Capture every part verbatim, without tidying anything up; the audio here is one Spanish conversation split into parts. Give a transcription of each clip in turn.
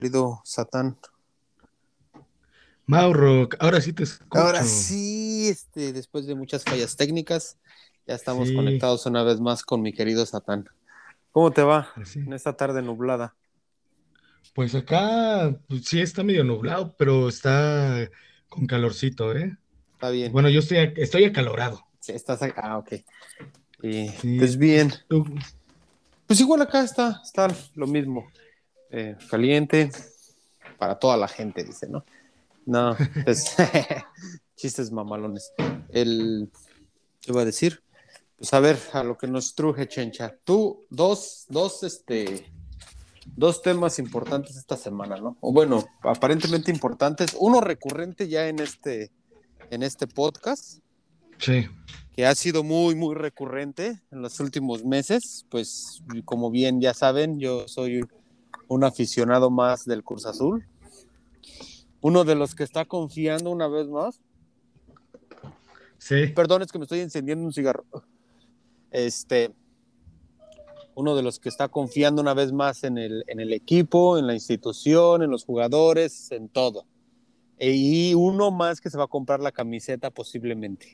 Querido Satán. Mauro, ahora sí te Ahora escucho. sí, este, después de muchas fallas técnicas, ya estamos Sí, conectados una vez más con mi querido Satán. ¿Cómo te va así. en esta tarde nublada? Pues acá, pues sí está medio nublado, pero está con calorcito, ¿eh? ¿Está bien? Bueno, yo estoy, ac- estoy acalorado. Sí, estás acá. Ah, ok. Y, Sí, pues bien. tú, Pues igual acá está, está lo mismo. Eh, caliente para toda la gente, dice, ¿no? No, pues chistes mamalones. El, ¿qué iba a decir? Pues a ver, a lo que nos truje, Chencha. Tú, dos, dos, este, dos temas importantes esta semana, ¿no? O bueno, aparentemente importantes. Uno recurrente ya en este, en este podcast, sí. que ha sido muy, muy recurrente en los últimos meses. Pues, como bien ya saben, yo soy un aficionado más del Cruz Azul. Uno de los que está confiando una vez más. Sí. Perdón, es que me estoy encendiendo un cigarro. Este, uno de los que está confiando una vez más en el, en el equipo, en la institución, en los jugadores, en todo. Y uno más que se va a comprar la camiseta posiblemente.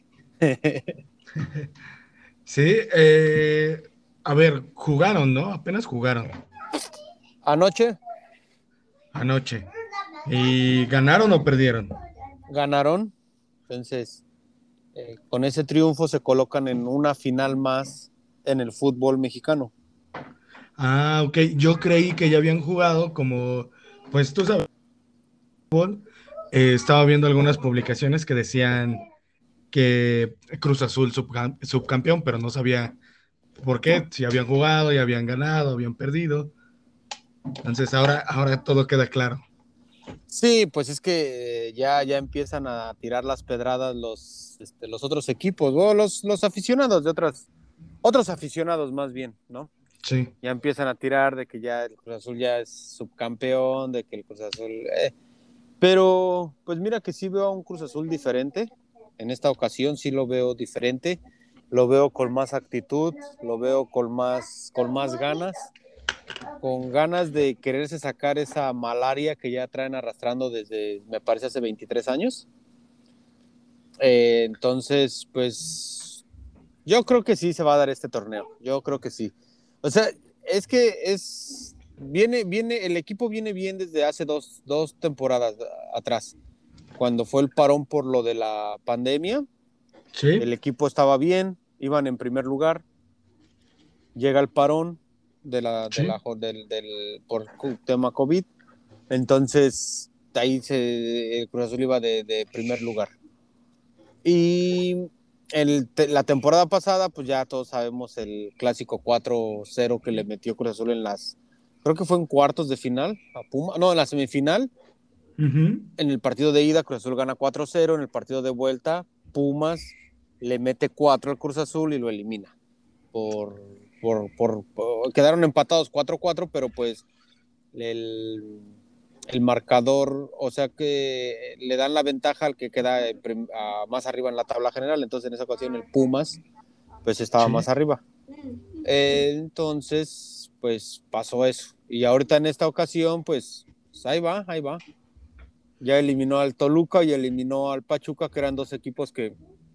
Sí, eh, a ver, jugaron, ¿no? Apenas jugaron Anoche anoche. ¿Y ganaron o perdieron? ganaron, entonces eh, con ese triunfo se colocan en una final más en el fútbol mexicano. Ah, ok. Yo creí que ya habían jugado como, pues tú sabes, eh, estaba viendo algunas publicaciones que decían que Cruz Azul subcam- subcampeón, pero no sabía por qué, si habían jugado, y habían ganado, habían perdido. Entonces ahora, ahora todo queda claro. Sí, pues es que eh, ya, ya empiezan a tirar las pedradas los, este, los otros equipos, o los, los aficionados de otras, otros aficionados más bien, ¿no? Sí, Ya empiezan a tirar de que ya el Cruz Azul ya es subcampeón, de que el Cruz Azul... eh, Pero, pues mira que sí veo a un Cruz Azul diferente. En esta ocasión sí lo veo diferente. Lo veo con más actitud, lo veo con más, con más ganas, con ganas de quererse sacar esa malaria que ya traen arrastrando desde, me parece, hace veintitrés años. Eh, entonces, pues yo creo que sí se va a dar este torneo. Yo creo que sí. O sea, es que es... Viene, viene, el equipo viene bien desde hace dos, dos temporadas atrás cuando fue el parón por lo de la pandemia, sí, el equipo estaba bien, iban en primer lugar, llega el parón de la, de sí, la, del, del, por tema COVID, entonces ahí se, el Cruz Azul iba de, de primer lugar. Y el, la temporada pasada, pues ya todos sabemos el clásico cuatro cero que le metió Cruz Azul en las, creo que fue en cuartos de final a Puma, no, en la semifinal. ujú, En el partido de ida, Cruz Azul gana cuatro cero. En el partido de vuelta, Pumas le mete cuatro al Cruz Azul y lo elimina. Por, por, por, por quedaron empatados cuatro cuatro, pero pues el, el marcador, o sea que le dan la ventaja al que queda a, más arriba en la tabla general. Entonces, en esa ocasión, el Pumas, pues estaba sí. más arriba. Eh, entonces, pues pasó eso. Y ahorita en esta ocasión, pues, pues ahí va, ahí va. Ya eliminó al Toluca y eliminó al Pachuca, que eran dos equipos que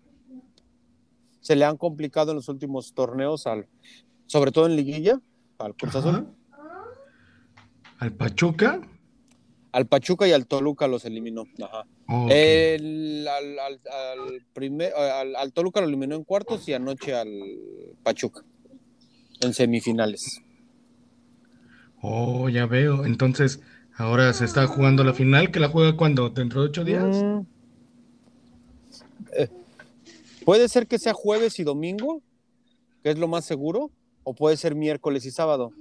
se le han complicado en los últimos torneos, al, sobre todo en liguilla, al Cruz Azul. Ajá. Al Pachuca. Al Pachuca y al Toluca los eliminó. Ajá. Ok. El, al, al, al, primer, al, al Toluca lo eliminó en cuartos y anoche al Pachuca en semifinales. Oh, ya veo. Entonces, ahora se está jugando la final, que la juega cuando, ¿dentro de ocho días? Mm, eh, puede ser que sea jueves y domingo, que es lo más seguro, o puede ser miércoles y sábado.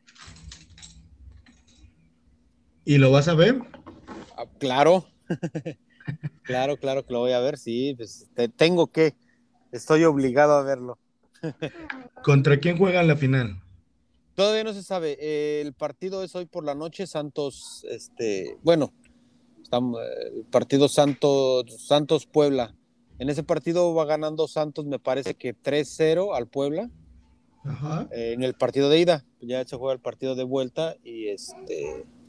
¿Y lo vas a ver? Ah, claro, claro, claro que lo voy a ver, sí, pues te, tengo que, estoy obligado a verlo. ¿Contra quién juegan la final? Todavía no se sabe, eh, el partido es hoy por la noche, Santos, este, bueno, estamos, el partido Santos, Santos Puebla. En ese partido va ganando Santos, me parece que tres cero al Puebla, Ajá. eh, en el partido de ida. Ya se juega el partido de vuelta y este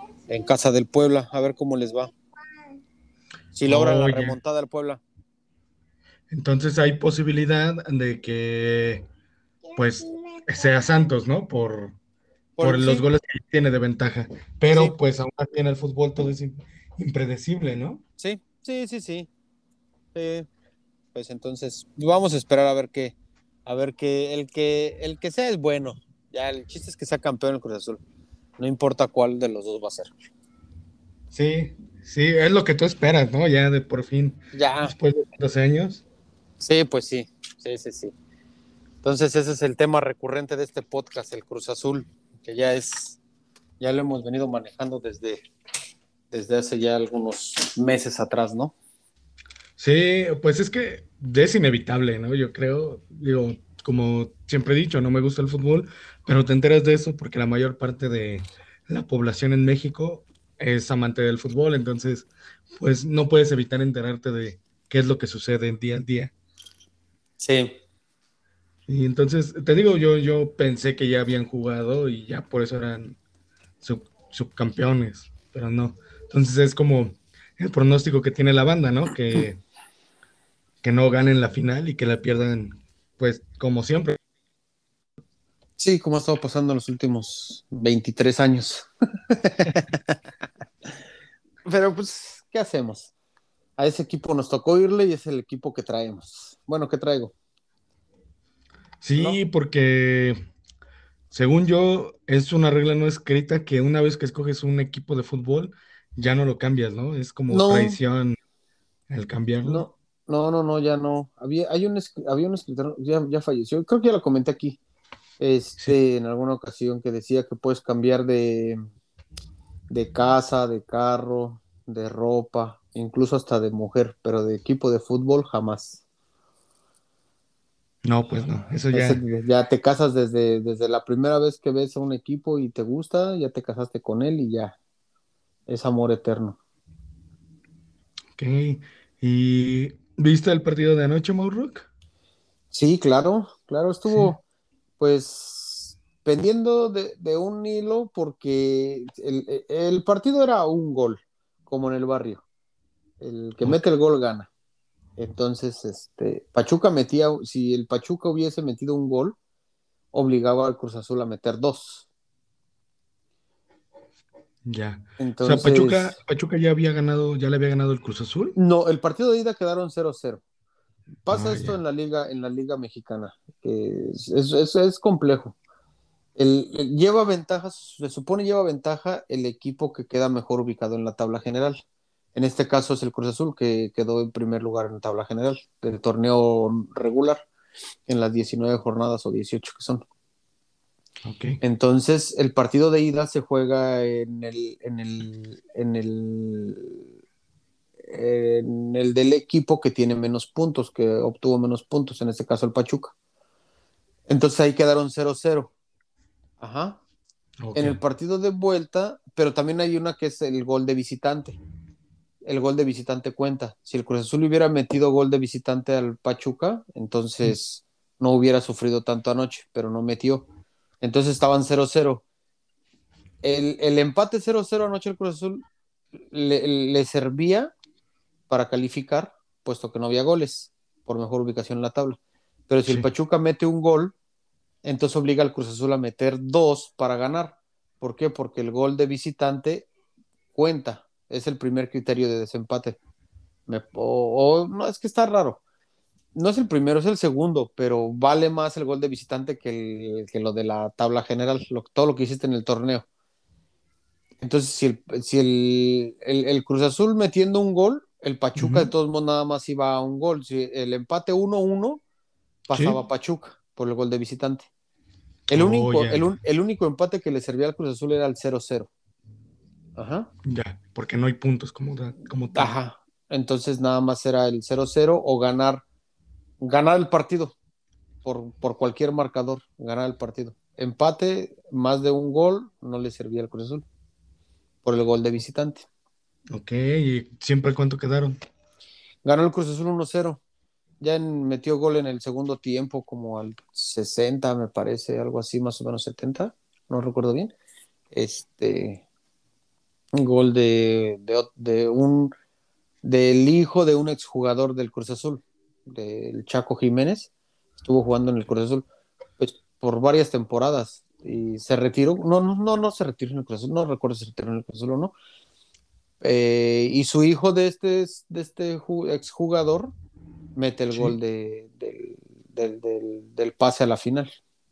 en casa del Puebla, a ver cómo les va. Si logran la Oye, remontada del Puebla. entonces hay posibilidad de que, pues, sea Santos, ¿no? Por, por Por, los sí, goles que tiene de ventaja. sí, Pero, pues, aún así en el fútbol todo es im- impredecible, ¿no? sí, sí, sí, sí. Sí, pues entonces vamos a esperar a ver qué, a ver qué, el que, el que sea es bueno. Ya el chiste es que sea campeón el Cruz Azul. No importa cuál de los dos va a ser. Sí, sí, es lo que tú esperas, ¿no? Ya de por fin, Ya, después de tantos años. sí, pues sí, sí, sí, sí. Entonces ese es el tema recurrente de este podcast, el Cruz Azul, que ya es, ya lo hemos venido manejando desde, desde hace ya algunos meses atrás, ¿no? Sí, pues es que es inevitable, ¿no? Yo creo, digo, como siempre he dicho, no me gusta el fútbol, pero te enteras de eso porque la mayor parte de la población en México es amante del fútbol, entonces, pues no puedes evitar enterarte de qué es lo que sucede en día a día. Sí, Y entonces, te digo, yo, yo pensé que ya habían jugado y ya por eso eran sub- subcampeones, pero no. Entonces es como el pronóstico que tiene la banda, ¿no? Que que no ganen la final y que la pierdan, pues como siempre. sí, como ha estado pasando en los últimos veintitrés años. Pero pues, ¿qué hacemos? A ese equipo nos tocó irle y es el equipo que traemos. Bueno, ¿qué traigo? Sí, ¿No? porque según yo es una regla no escrita que una vez que escoges un equipo de fútbol ya no lo cambias, ¿no? Es como No, traición el cambiarlo. no, no, no, no, ya no. Había, hay un, escri- había un escritor, ya, ya falleció, creo que ya lo comenté aquí, Sí, este, en alguna ocasión que decía que puedes cambiar de, de casa, de carro, de ropa, incluso hasta de mujer, pero de equipo de fútbol jamás. no, pues no, eso Ese, ya, ya te casas desde, desde la primera vez que ves a un equipo y te gusta, ya te casaste con él y ya, es amor eterno. ok. ¿Y viste el partido de anoche, Mauruk? Sí, claro, claro, Sí. estuvo pues pendiendo de, de un hilo porque el, el partido era un gol, como en el barrio. El que Ok, mete el gol gana. Entonces, este, Pachuca metía, si el Pachuca hubiese metido un gol, obligaba al Cruz Azul a meter dos. ya. O sea, Pachuca, Entonces, Pachuca ya había ganado, ya le había ganado el Cruz Azul. no, el partido de ida quedaron cero cero. Pasa Ah, esto en ya. la liga, en la liga mexicana, que es, es, es- es complejo. El, el- lleva ventajas, se supone lleva ventaja el equipo que queda mejor ubicado en la tabla general. En este caso es el Cruz Azul, que quedó en primer lugar en la tabla general del torneo regular en las diecinueve jornadas o dieciocho que son. Ok. Entonces, el partido de ida se juega en el, en el, en el, en el del equipo que tiene menos puntos, que obtuvo menos puntos, en este caso el Pachuca. Entonces ahí quedaron cero cero. Ajá. Ok. En el partido de vuelta, pero también hay una que es el gol de visitante. El gol de visitante cuenta. Si el Cruz Azul hubiera metido gol de visitante al Pachuca, Mm, entonces no hubiera sufrido tanto anoche, pero no metió. Entonces estaban cero cero. El, el empate cero cero anoche al Cruz Azul le, le servía para calificar, puesto que no había goles, por mejor ubicación en la tabla. Pero si el sí. Pachuca mete un gol, entonces obliga al Cruz Azul a meter dos para ganar. ¿Por qué? Porque el gol de visitante cuenta, es el primer criterio de desempate. Me, o, o, no, es que está raro. No es el primero, es el segundo, pero vale más el gol de visitante que, el, que lo de la tabla general, lo, todo lo que hiciste en el torneo. Entonces, si el, si el, el, el Cruz Azul metiendo un gol, el Pachuca de Ujú. todos modos nada más iba a un gol. Si el empate uno uno pasaba a Sí. Pachuca por el gol de visitante. El Oh, único, ya, el, un, el único empate que le servía al Cruz Azul era el cero cero. Ajá. ya, porque no hay puntos como, da- como tal. Ajá. Entonces nada más era el cero cero o ganar, ganar el partido por, por cualquier marcador, ganar el partido. Empate, más de un gol, no le servía al Cruz Azul por el gol de visitante. Ok, ¿y siempre cuánto quedaron? Ganó el Cruz Azul uno cero. Ya en- metió gol en el segundo tiempo, como al sesenta me parece, algo así, más o menos setenta, no recuerdo bien. Este, Un gol de, de, de un del hijo de un exjugador del Cruz Azul, del Chaco Jiménez, estuvo jugando en el Cruz Azul pues, por varias temporadas y se retiró, no, no, no, no se retiró en el Cruz Azul, no recuerdo si se retiró en el Cruz Azul o no, eh, y su hijo de este, de este exjugador mete el Sí. gol de, del, del, del, del pase a la final.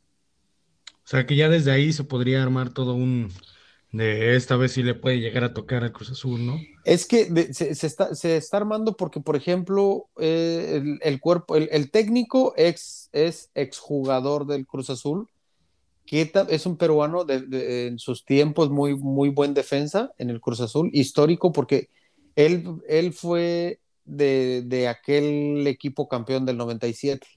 O sea que ya desde ahí se podría armar todo un de esta vez sí le puede llegar a tocar al Cruz Azul, ¿no? Es que de, se, se, está, se, está, armando porque, por ejemplo, eh, el, el, cuerpo, el, el técnico ex, es exjugador del Cruz Azul, que es un peruano de, de, en sus tiempos muy, muy buen defensa en el Cruz Azul, histórico porque él, él fue de, de aquel equipo campeón del noventa y siete,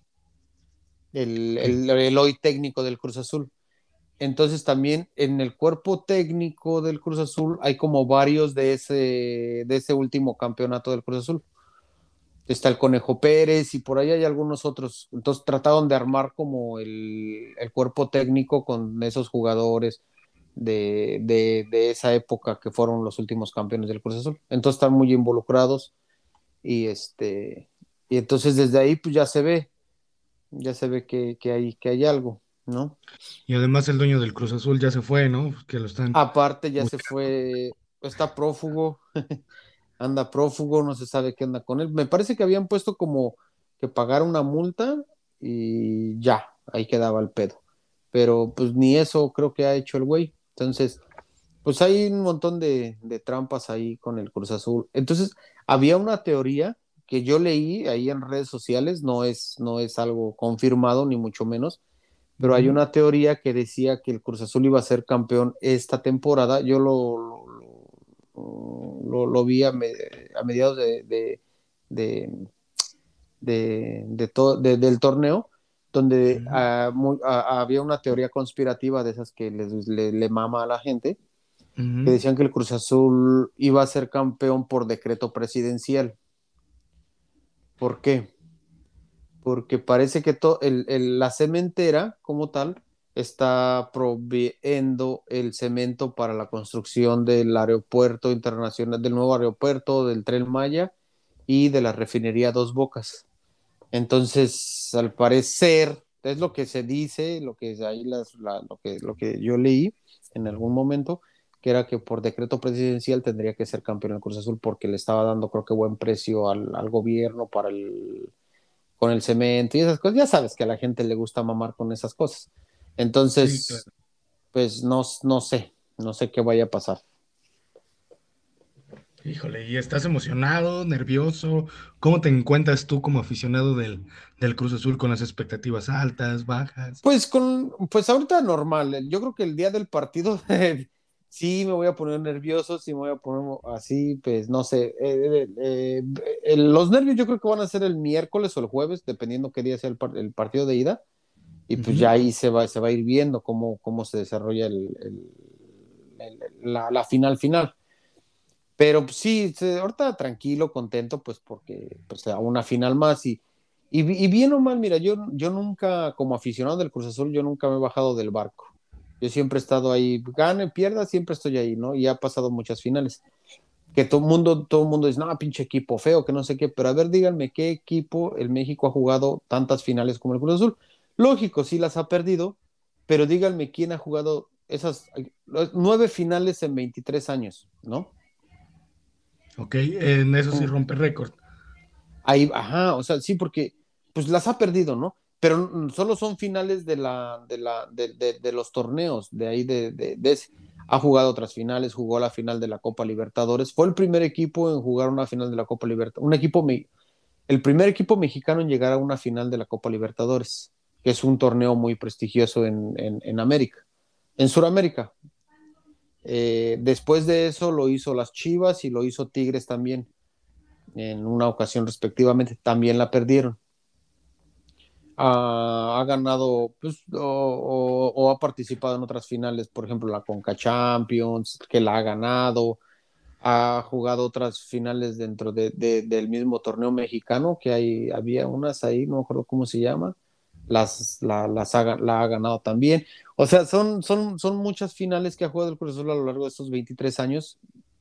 el, Okay. el, el hoy técnico del Cruz Azul. Entonces también en el cuerpo técnico del Cruz Azul hay como varios de ese, de ese último campeonato del Cruz Azul. Está el Conejo Pérez y por ahí hay algunos otros. Entonces trataron de armar como el, el cuerpo técnico con esos jugadores de, de, de, esa época que fueron los últimos campeones del Cruz Azul. Entonces están muy involucrados y este y entonces desde ahí pues ya se ve, ya se ve que, que hay, que hay algo, ¿no? Y además el dueño del Cruz Azul ya se fue, ¿no? Que lo están Aparte ya se buscando. fue, está prófugo, anda prófugo, no se sabe qué anda con él. Me parece que habían puesto como que pagar una multa y ya, ahí quedaba el pedo. Pero pues ni eso creo que ha hecho el güey. Entonces, pues hay un montón de, de trampas ahí con el Cruz Azul. Entonces, había una teoría que yo leí ahí en redes sociales, no es, no es algo confirmado, ni mucho menos, pero hay Ujú. una teoría que decía que el Cruz Azul iba a ser campeón esta temporada. Yo lo, lo, lo, lo vi a, me, a, mediados de, de, de, de, de to, de, del torneo, donde Ujú. uh, muy, uh, había una teoría conspirativa de esas que les, le, le mama a la gente, que Ujú. decían que el Cruz Azul iba a ser campeón por decreto presidencial. ¿Por qué? Porque parece que to, el, el, la cementera como tal está proveyendo el cemento para la construcción del aeropuerto internacional, del nuevo aeropuerto, del Tren Maya y de la refinería Dos Bocas. Entonces, al parecer, es lo que se dice, lo que ahí las, la, lo, que, lo que yo leí en algún momento, que era que por decreto presidencial tendría que ser campeón el Cruz Azul porque le estaba dando, creo que, buen precio al, al gobierno para el, con el cemento y esas cosas. Ya sabes que a la gente le gusta mamar con esas cosas. Sí, Entonces, claro. pues no, no sé, no sé qué vaya a pasar. Híjole, ¿y estás emocionado, nervioso? ¿Cómo te encuentras tú como aficionado del, del Cruz Azul con las expectativas altas, bajas? Pues con, pues ahorita normal. Yo creo que el día del partido sí me voy a poner nervioso, sí me voy a poner así, pues no sé. Eh, eh, eh, eh, los nervios yo creo que van a ser el miércoles o el jueves, dependiendo qué día sea el, par el partido de ida. Y pues Ujú. ya ahí se va, se va a ir viendo cómo, cómo se desarrolla el, el, el, la, la, final final. Pero pues, sí, ahorita tranquilo, contento, pues porque pues, a una final más y, y, y, bien o mal, mira, yo, yo nunca, como aficionado del Cruz Azul, yo nunca me he bajado del barco. Yo siempre he estado ahí, gane, pierda, siempre estoy ahí, ¿no? Y ha pasado muchas finales. Que todo el mundo, todo el mundo dice, no, pinche equipo feo, que no sé qué, pero a ver, díganme, ¿qué equipo el México ha jugado tantas finales como el Cruz Azul? Lógico, sí las ha perdido, pero díganme quién ha jugado esas nueve finales en veintitrés años, ¿no? Ok, en eso sí Mm. rompe récord. Ahí, ajá, o sea, sí, porque pues las ha perdido, ¿no? Pero solo son finales de la, de la, de, de, de los torneos, de ahí de, de, de ese. Ha jugado otras finales, jugó la final de la Copa Libertadores, fue el primer equipo en jugar una final de la Copa Libertadores, un equipo, el primer equipo mexicano en llegar a una final de la Copa Libertadores, que es un torneo muy prestigioso en, en, en América, en Sudamérica. Eh, después de eso lo hizo las Chivas y lo hizo Tigres también, en una ocasión respectivamente, también la perdieron. Ha, ha ganado pues, o, o, o, ha participado en otras finales, por ejemplo la Conca Champions, que la ha ganado, ha jugado otras finales dentro de, de, del mismo torneo mexicano, que hay, había unas ahí, no me acuerdo cómo se llama, las, la, las ha, la ha ganado también. O sea, son, son, son muchas finales que ha jugado el Cruz Azul a lo largo de estos veintitrés años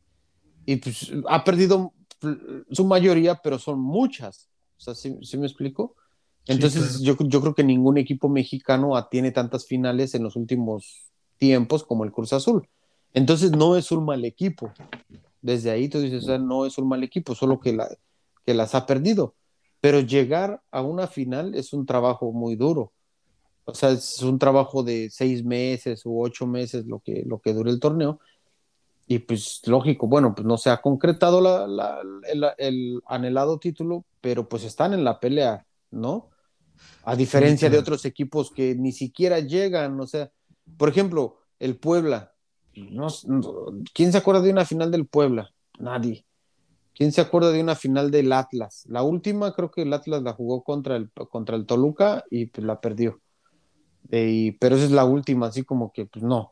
y pues ha perdido su mayoría, pero son muchas. O sea, ¿sí, sí me explico? Sí, Entonces, claro. yo, yo creo que ningún equipo mexicano tiene tantas finales en los últimos tiempos como el Cruz Azul. Entonces, no es un mal equipo. Desde ahí tú dices, o sea, no es un mal equipo, solo que, la, que las ha perdido. Pero llegar a una final es un trabajo muy duro. O sea, es un trabajo de seis meses u ocho meses lo que, lo que dure el torneo. Y pues lógico, bueno, pues no se ha concretado la, la, el, el anhelado título, pero pues están en la pelea, ¿no? A Sí, diferencia de claro. otros equipos que ni siquiera llegan, o sea, por ejemplo, el Puebla. No, no, ¿quién se acuerda de una final del Puebla? Nadie. ¿Quién se acuerda de una final del Atlas? La última creo que el Atlas la jugó contra el, contra el Toluca y pues la perdió. Eh, y- pero esa es la última, así como que pues no.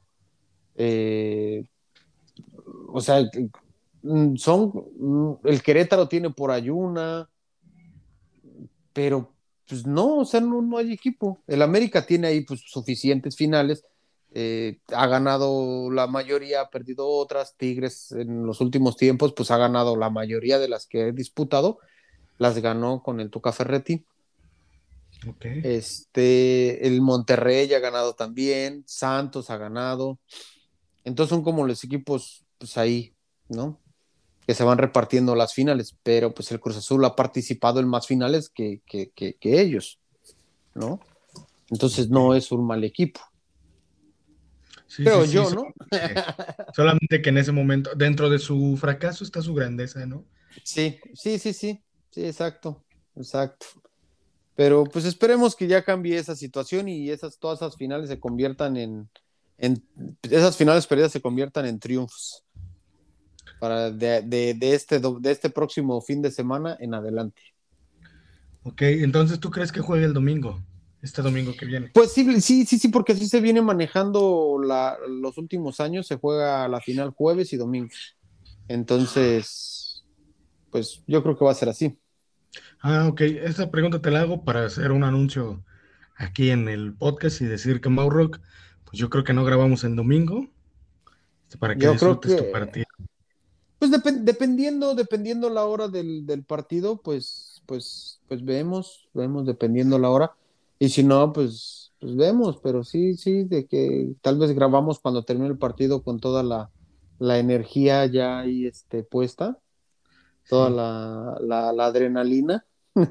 Eh, o sea, mm, son, mm, el Querétaro tiene por ahí una, pero pues no, o sea, no, no hay equipo. El América tiene ahí pues suficientes finales, eh, ha ganado la mayoría, ha perdido otras. Tigres en los últimos tiempos pues ha ganado la mayoría de las que he disputado, las ganó con el Tuca Ferretti. Ok. Este, el Monterrey ha ganado también, Santos ha ganado. Entonces son como los equipos pues ahí, ¿no? Que se van repartiendo las finales, pero pues el Cruz Azul ha participado en más finales que, que, que, que ellos, ¿no? Entonces Ok. no es un mal equipo, Sí, sí, creo sí. yo, ¿no? Solamente, solamente que en ese momento, dentro de su fracaso está su grandeza, ¿no? Sí, sí, sí, sí, sí, exacto, exacto. Pero pues esperemos que ya cambie esa situación y esas, todas esas finales se conviertan en, en esas finales perdidas se conviertan en triunfos para de, de, de, este, de este próximo fin de semana en adelante. Ok, entonces ¿tú crees que juegue el domingo? Este domingo que viene. Pues sí, sí, sí, sí, porque así se viene manejando la, los últimos años, se juega la final jueves y domingo. Entonces, pues yo creo que va a ser así. Ah, ok. Esta pregunta te la hago para hacer un anuncio aquí en el podcast y decir que Mau Rock, pues yo creo que no grabamos el domingo, este, para que Yo creo disfrutes tu que, partido. pues dep- dependiendo, dependiendo la hora del, del partido, pues, pues, pues vemos, vemos dependiendo la hora. Y si no, pues, pues vemos, pero sí, sí, de que tal vez grabamos cuando termine el partido con toda la, la energía ya ahí este, puesta, toda Sí. la, la, la adrenalina.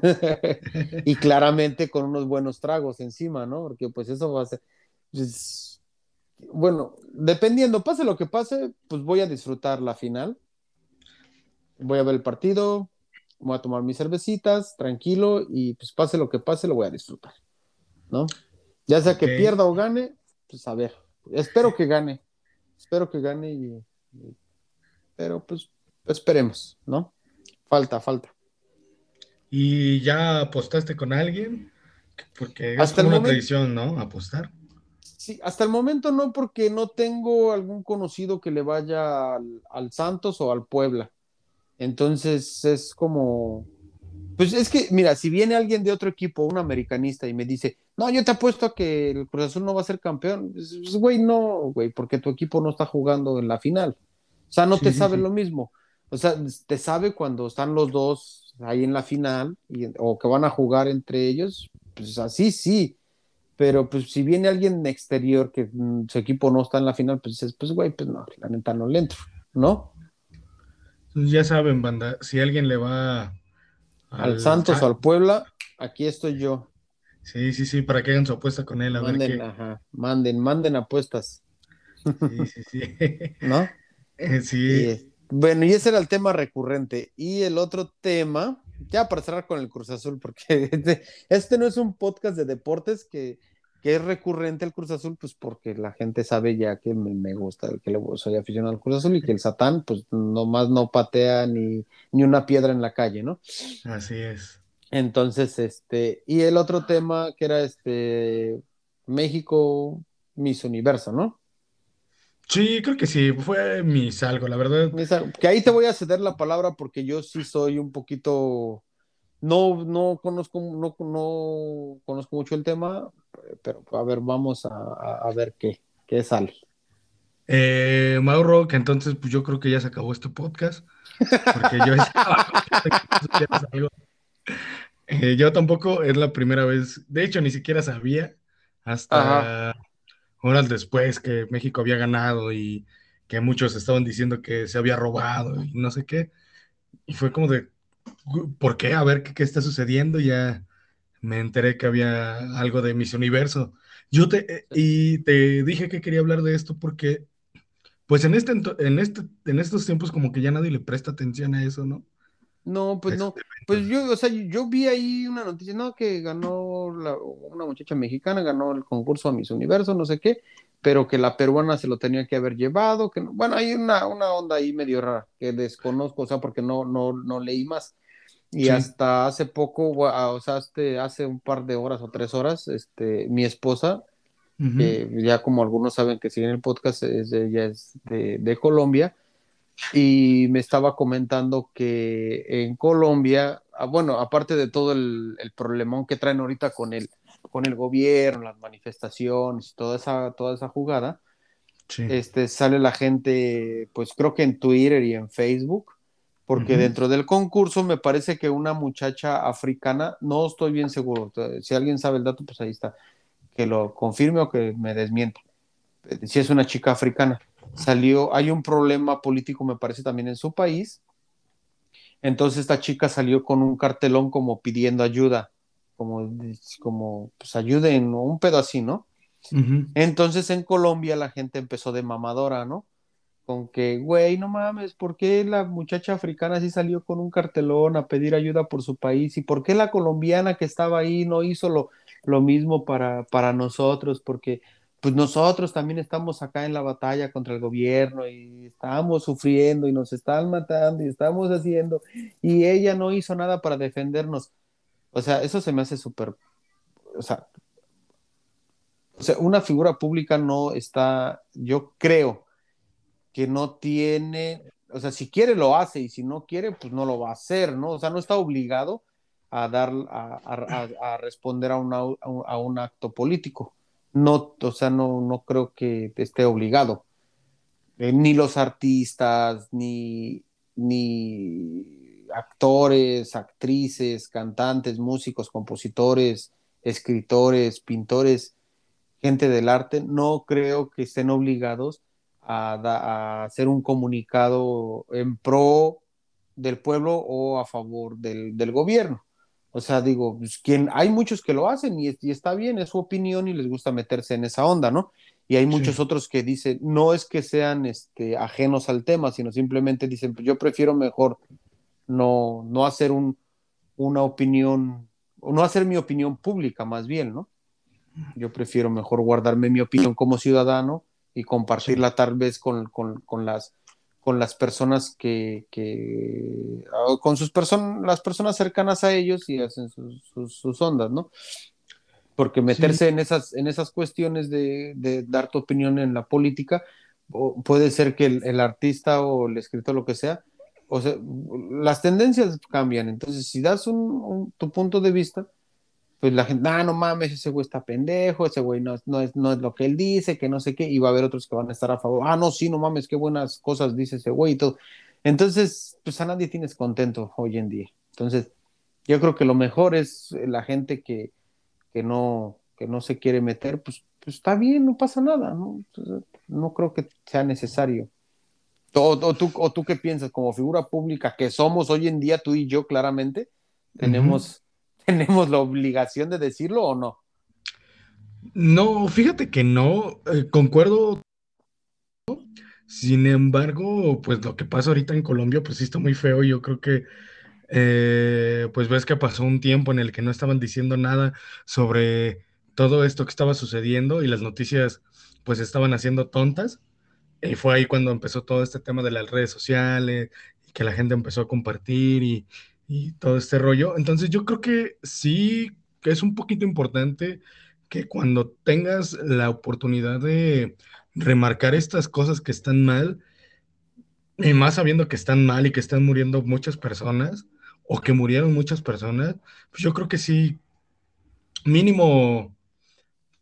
Y claramente con unos buenos tragos encima, ¿no? Porque pues eso va a ser, pues, bueno, dependiendo, pase lo que pase, pues voy a disfrutar la final, voy a ver el partido, voy a tomar mis cervecitas, tranquilo, y pues pase lo que pase, lo voy a disfrutar, ¿no? Ya sea Ok. que pierda o gane, pues a ver, espero que gane, espero que gane, y, y- pero pues esperemos, ¿no? Falta, falta. ¿Y ya apostaste con alguien? Porque es Hasta el como una momento, tradición, ¿no? Apostar. sí, hasta el momento no, porque no tengo algún conocido que le vaya al, al Santos o al Puebla. Entonces es como, pues es que, mira, si viene alguien de otro equipo, un americanista, y me dice, no, yo te apuesto a que el Cruz Azul no va a ser campeón, pues, pues, güey, no, güey, porque tu equipo no está jugando en la final. O sea, no te Sí, sí, sabe sí. lo mismo. O sea, te sabe cuando están los dos ahí en la final y, o que van a jugar entre ellos, pues así sí. Pero pues si viene alguien exterior que mm, su equipo no está en la final, pues dices, pues güey, pues no, la neta no le entro, ¿no? Entonces ya saben, banda, si alguien le va Al al... Santos o ah, al Puebla, aquí estoy yo. sí, sí, sí, para que hagan su apuesta con él, a ver Manden, qué. ajá, manden, manden apuestas, Sí, sí, sí. ¿no? Eh, Y Sí, eh, bueno, y ese era el tema recurrente. Y el otro tema, ya para cerrar con el Cruz Azul, porque este, este no es un podcast de deportes que, que es recurrente el Cruz Azul, pues porque la gente sabe ya que me, me gusta, que le, soy aficionado al Cruz Azul y que el Satán, pues nomás no patea ni, ni una piedra en la calle, ¿no? así es. Entonces, este, y el otro tema que era este, México, Miss Universo, ¿no? Sí, creo que sí, fue mi salgo, la verdad. Esa- que ahí te voy a ceder la palabra porque yo sí soy un poquito, no, no conozco, no, no conozco mucho el tema, pero a ver, vamos a, a- a ver qué, qué sale. Eh, Mauro, que entonces pues yo creo que ya se acabó este podcast, porque yo estaba confiando en que tú supieras algo. Eh, yo tampoco es la primera vez, de hecho ni siquiera sabía Ajá. hasta horas después que México había ganado y que muchos estaban diciendo que se había robado y no sé qué. Y fue como de, ¿por qué? A ver qué, qué está sucediendo. Y ya me enteré que había algo de Miss Universo. Yo te, eh, y te dije que quería hablar de esto porque, pues en este, ento- en este, en estos tiempos como que ya nadie le presta atención a eso, ¿no? No, A pues esos no. Pues eventos. yo, o sea, yo vi ahí una noticia, no, que ganó la- una muchacha mexicana, ganó el concurso a Miss Universo, no sé qué, pero que la peruana se lo tenía que haber llevado, que no- bueno, hay una, una onda ahí medio rara que desconozco, o sea, porque no, no, no leí más. Y Sí. hasta hace poco, gua- ah, o sea, este, hace un par de horas o tres horas, este, mi esposa, Ujú. que ya como algunos saben que siguen el podcast, es, de- ella es de, de Colombia, y me estaba comentando que en Colombia, ah, bueno, aparte de todo el, el problemón que traen ahorita con el, con el gobierno, las manifestaciones, toda esa, toda esa jugada, Sí. este, sale la gente, pues creo que en Twitter y en Facebook, porque Ujú. dentro del concurso me parece que una muchacha africana, no estoy bien seguro, si alguien sabe el dato, pues ahí está, que lo confirme o que me desmienta, si es una chica africana. Salió, hay un problema político, me parece, también en su país. Entonces esta chica salió con un cartelón como pidiendo ayuda, como, como pues ayuden, ¿no? Un pedo así, ¿no? Ujú. Entonces en Colombia la gente empezó de mamadora, ¿no? Con que, güey, no mames, ¿por qué la muchacha africana sí salió con un cartelón a pedir ayuda por su país? ¿Y por qué la colombiana que estaba ahí no hizo lo, lo mismo para, para nosotros? Porque pues nosotros también estamos acá en la batalla contra el gobierno y estamos sufriendo y nos están matando y estamos haciendo y ella no hizo nada para defendernos. O sea, eso se me hace súper, o sea, o sea, una figura pública no está, yo creo que no tiene, o sea, si quiere lo hace y si no quiere, pues no lo va a hacer, ¿no? O sea, no está obligado a dar, a, a, a responder a, una, a, un, a un acto político. No, o sea, no, no creo que esté obligado. Eh, ni los artistas, ni, ni actores, actrices, cantantes, músicos, compositores, escritores, pintores, gente del arte, no creo que estén obligados a, da, a hacer un comunicado en pro del pueblo o a favor del, del gobierno. O sea, digo, pues, quien, hay muchos que lo hacen y, y, está bien, es su opinión y les gusta meterse en esa onda, ¿no? Y hay Sí. muchos otros que dicen, no es que sean este, ajenos al tema, sino simplemente dicen, pues yo prefiero mejor no, no hacer un, una opinión, o no hacer mi opinión pública más bien, ¿no? Yo prefiero mejor guardarme mi opinión como ciudadano y Sí. compartirla tal vez con, con, con las, con las personas que, que con sus personas, las personas cercanas a ellos y hacen sus, sus, sus ondas, ¿no? Porque Sí. meterse en esas, en esas cuestiones de, de dar tu opinión en la política, o puede ser que el, el artista o el escritor, lo que sea, o sea, las tendencias cambian. Entonces, si das un, un, tu punto de vista, pues la gente, ah, no mames, ese güey está pendejo, ese güey no, no, es, no es lo que él dice, que no sé qué, y va a haber otros que van a estar a favor, ah, no, sí, no mames, qué buenas cosas dice ese güey y todo. Entonces, pues a nadie tienes contento hoy en día. Entonces, yo creo que lo mejor es la gente que, que no, que no se quiere meter, pues, pues está bien, no pasa nada, ¿no? Entonces, no creo que sea necesario. O, o, tú, ¿O tú qué piensas como figura pública que somos hoy en día, tú y yo claramente, Ujú. tenemos, tenemos la obligación de decirlo o no? No, fíjate que no, eh, concuerdo. Sin embargo, pues lo que pasa ahorita en Colombia, pues sí está muy feo. Yo creo que, eh, pues ves que pasó un tiempo en el que no estaban diciendo nada sobre todo esto que estaba sucediendo y las noticias, pues estaban haciendo tontas. Y fue ahí cuando empezó todo este tema de las redes sociales y que la gente empezó a compartir y, y todo este rollo. Entonces yo creo que sí, que es un poquito importante que cuando tengas la oportunidad de remarcar estas cosas que están mal, y más sabiendo que están mal y que están muriendo muchas personas, o que murieron muchas personas, pues yo creo que sí, mínimo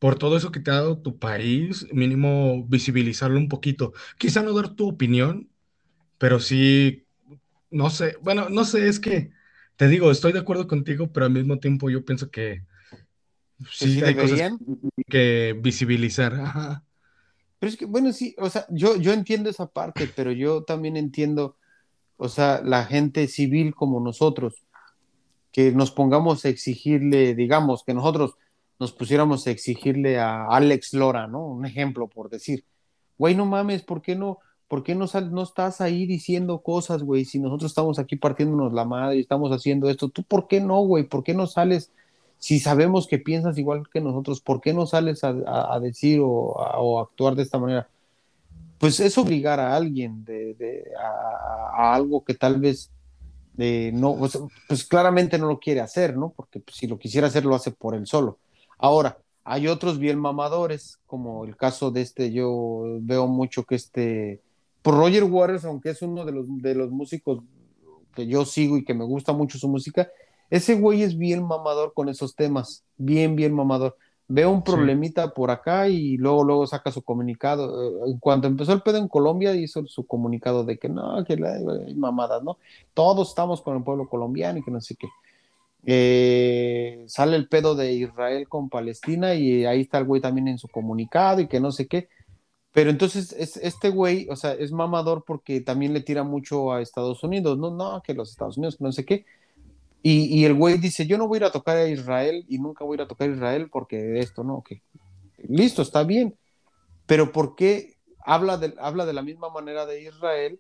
por todo eso que te ha dado tu país, mínimo visibilizarlo un poquito. Quizá no dar tu opinión, pero sí, no sé, bueno, no sé, es que te digo, estoy de acuerdo contigo, pero al mismo tiempo yo pienso que Que sí sí hay cosas que, deberían. que visibilizar. Ajá. Pero es que, bueno, sí, o sea, yo, yo entiendo esa parte, pero yo también entiendo, o sea, la gente civil como nosotros, que nos pongamos a exigirle, digamos, que nosotros nos pusiéramos a exigirle a Alex Lora, ¿no? Un ejemplo por decir, güey, no mames, ¿por qué no, por qué no, sal, no estás ahí diciendo cosas, güey? Si nosotros estamos aquí partiéndonos la madre y estamos haciendo esto, ¿tú por qué no, güey? ¿Por qué no sales? Si sabemos que piensas igual que nosotros, ¿por qué no sales a, a, a decir o a, o a actuar de esta manera? Pues es obligar a alguien de, de a, a, algo que tal vez eh, no, o sea, pues claramente no lo quiere hacer, ¿no? Porque pues, si lo quisiera hacer, lo hace por él solo. Ahora, hay otros bien mamadores, como el caso de este, yo veo mucho que este, por Roger Waters, aunque es uno de los, de los músicos que yo sigo y que me gusta mucho su música, ese güey es bien mamador con esos temas, bien, bien mamador. Veo un Sí. problemita por acá y luego, luego saca su comunicado. En cuanto empezó el pedo en Colombia, hizo su comunicado de que no, que la, hay mamadas, ¿no? Todos estamos con el pueblo colombiano y que no sé qué. Eh, sale el pedo de Israel con Palestina y ahí está el güey también en su comunicado y que no sé qué. Pero entonces es, este güey, o sea, es mamador porque también le tira mucho a Estados Unidos, no, no, que los Estados Unidos, que no sé qué. Y, y el güey dice, yo no voy a ir a tocar a Israel y nunca voy a ir a tocar a Israel porque esto, ¿no? Que listo, está bien. Pero ¿por qué habla de, habla de la misma manera de Israel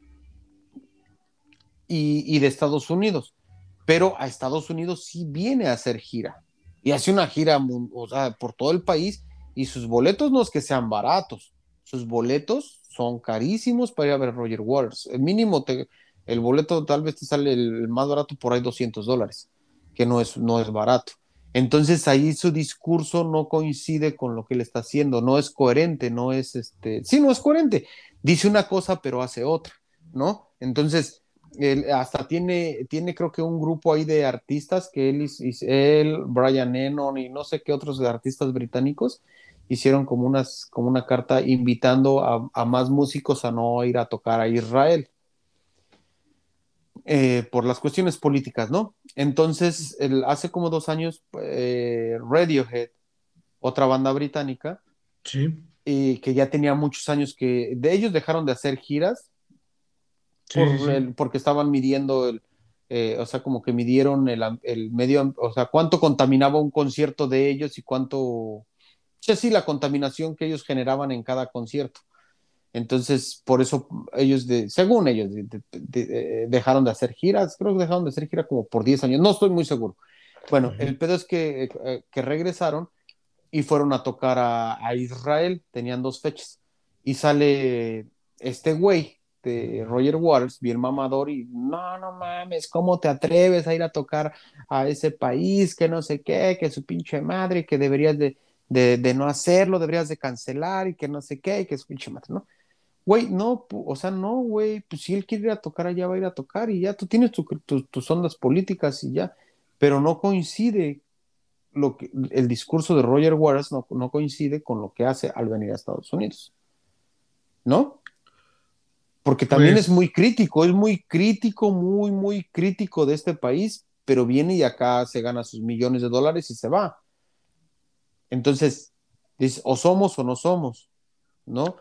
y, y de Estados Unidos? Pero a Estados Unidos sí viene a hacer gira. Y hace una gira, o sea, por todo el país y sus boletos no es que sean baratos, sus boletos son carísimos para ir a ver Roger Waters. El mínimo, te, el boleto tal vez te sale el más barato por ahí doscientos dólares, que no es, no es barato. Entonces ahí su discurso no coincide con lo que él está haciendo, no es coherente, no es este, sí, no es coherente. Dice una cosa pero hace otra, ¿no? Entonces, él hasta tiene, tiene creo que un grupo ahí de artistas que él, él, Brian Eno y no sé qué otros artistas británicos hicieron como, unas, como una carta invitando a, a más músicos a no ir a tocar a Israel eh, por las cuestiones políticas, ¿no? Entonces, el, hace como dos años, eh, Radiohead, otra banda británica, Sí, y que ya tenía muchos años que de ellos dejaron de hacer giras sí, sí, por sí. el, porque estaban midiendo el, eh, o sea, como que midieron el, el medio, o sea, cuánto contaminaba un concierto de ellos y cuánto, o sea, sí, la contaminación que ellos generaban en cada concierto. Entonces, por eso ellos, de, según ellos, de, de, de, dejaron de hacer giras, creo que dejaron de hacer gira como por diez años, no estoy muy seguro. Bueno, Ujú. el pedo es que, eh, que regresaron y fueron a tocar a, a Israel, tenían dos fechas, y sale este güey de Roger Waters, bien mamador, y no, no mames, ¿cómo te atreves a ir a tocar a ese país? Que no sé qué, que su pinche madre, que deberías de, de, de no hacerlo, deberías de cancelar y que no sé qué, y que su pinche madre, ¿no? Güey, no, o sea, no, güey, pues si él quiere ir a tocar allá, va a ir a tocar y ya, tú tienes tu, tu, tus ondas políticas y ya, pero no coincide lo que, el discurso de Roger Waters no, no coincide con lo que hace al venir a Estados Unidos, ¿no? Porque también es Pues muy crítico, es muy crítico, muy, muy crítico de este país, pero viene y acá se gana sus millones de dólares y se va. Entonces, es, o somos o no somos, ¿no?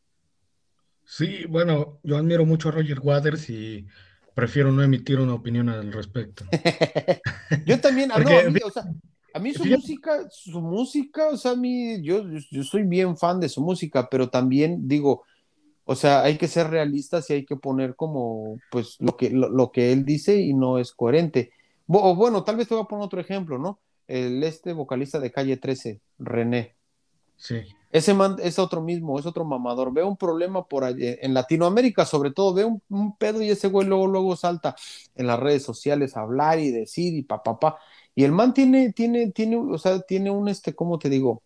sí, bueno, yo admiro mucho a Roger Waters y prefiero no emitir una opinión al respecto. Yo también, ah, no, a Porque mí, fí- o sea, a mí su fíjate, música, su música, o sea, a mí, yo, yo soy bien fan de su música, pero también digo, o sea, hay que ser realistas y hay que poner como, pues, lo que, lo, lo que él dice y no es coherente. Bo- O bueno, tal vez te voy a poner otro ejemplo, ¿no? El este vocalista de Calle trece, René. sí, Ese man es otro mismo, es otro mamador. Veo un problema por allí, en Latinoamérica sobre todo, veo un, un pedo y ese güey luego, luego salta en las redes sociales a hablar y decir y pa, pa, pa. Y el man tiene, tiene, tiene, o sea, tiene un, este, ¿cómo te digo?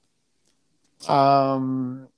Am,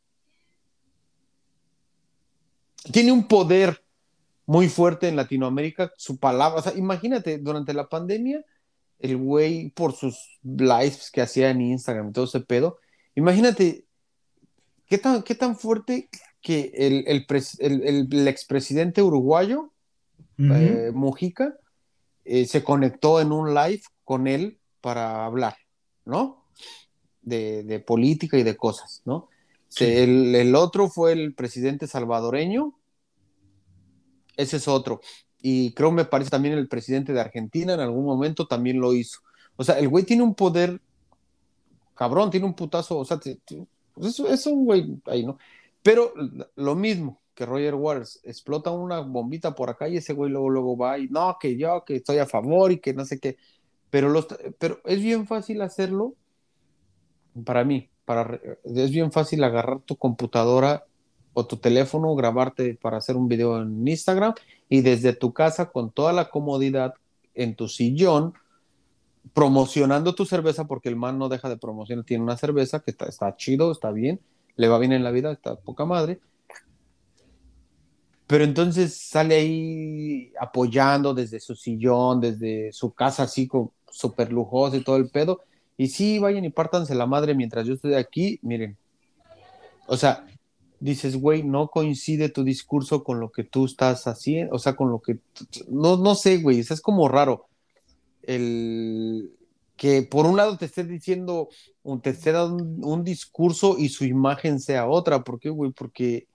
tiene un poder muy fuerte en Latinoamérica, su palabra, o sea, imagínate, durante la pandemia, el güey, por sus lives que hacía en Instagram y todo ese pedo, Imagínate, ¿qué tan, qué tan fuerte que el, el, pres, el, el, el expresidente uruguayo, Ujú. eh, Mujica, eh, se conectó en un live con él para hablar, ¿no? De, de política y de cosas, ¿no? Se, Sí. el, el, otro fue el presidente salvadoreño, ese es otro. Y creo me parece también el presidente de Argentina en algún momento también lo hizo. O sea, el güey tiene un poder cabrón, tiene un putazo, o sea, te, te, pues es, es, un güey ahí, ¿no? Pero lo mismo que Roger Waters, explota una bombita por acá y ese güey luego, luego va y no, que yo, que estoy a favor y que no sé qué. Pero, los, pero es bien fácil hacerlo para mí, para, es bien fácil agarrar tu computadora o tu teléfono, grabarte para hacer un video en Instagram y desde tu casa con toda la comodidad en tu sillón promocionando tu cerveza porque el man no deja de promocionar, tiene una cerveza que está, está chido, está bien, le va bien en la vida, está poca madre, pero entonces sale ahí apoyando desde su sillón, desde su casa así súper lujosa y todo el pedo, y sí, vayan y pártanse la madre mientras yo estoy aquí, miren, o sea, dices, güey, no coincide tu discurso con lo que tú estás haciendo, o sea, con lo que, no, no sé, güey, es como raro, el que por un lado te esté diciendo, un, te esté dando un, un discurso y su imagen sea otra. ¿Por qué, güey? Porque,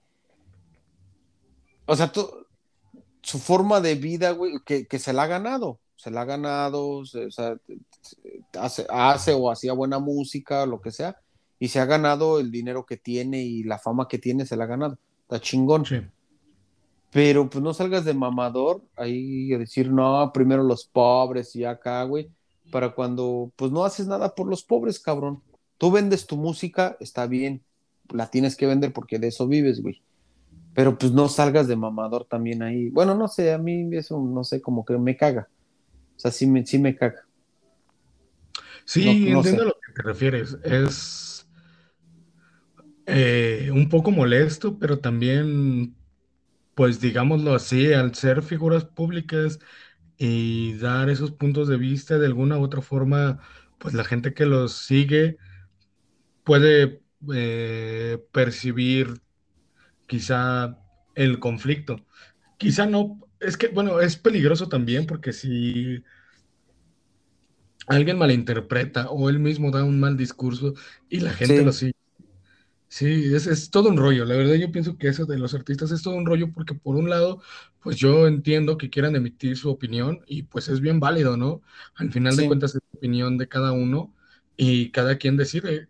o sea, to, su forma de vida, güey, que, que, se la ha ganado, se la ha ganado, se, o sea, hace, hace o hacía buena música, lo que sea, y se ha ganado el dinero que tiene y la fama que tiene, se la ha ganado. Está chingón. Sí. Pero pues no salgas de mamador ahí a decir, no, primero los pobres y acá, güey, para cuando pues no haces nada por los pobres, cabrón. Tú vendes tu música, está bien, la tienes que vender porque de eso vives, güey. Pero pues no salgas de mamador también ahí. Bueno, no sé, a mí eso, no sé, como que me caga. O sea, sí me, sí me caga. No, Sí, no entiendo a sé. lo que te refieres. Es eh, un poco molesto, pero también, pues digámoslo así, al ser figuras públicas y dar esos puntos de vista de alguna u otra forma, pues la gente que los sigue puede eh, percibir quizá el conflicto. Quizá no, es que, bueno, es peligroso también porque si alguien malinterpreta o él mismo da un mal discurso y la gente lo Sí, sigue. Sí, es, es todo un rollo. La verdad yo pienso que eso de los artistas es todo un rollo porque por un lado, pues yo entiendo que quieran emitir su opinión y pues es bien válido, ¿no? Al final de sí. cuentas es la opinión de cada uno y cada quien decide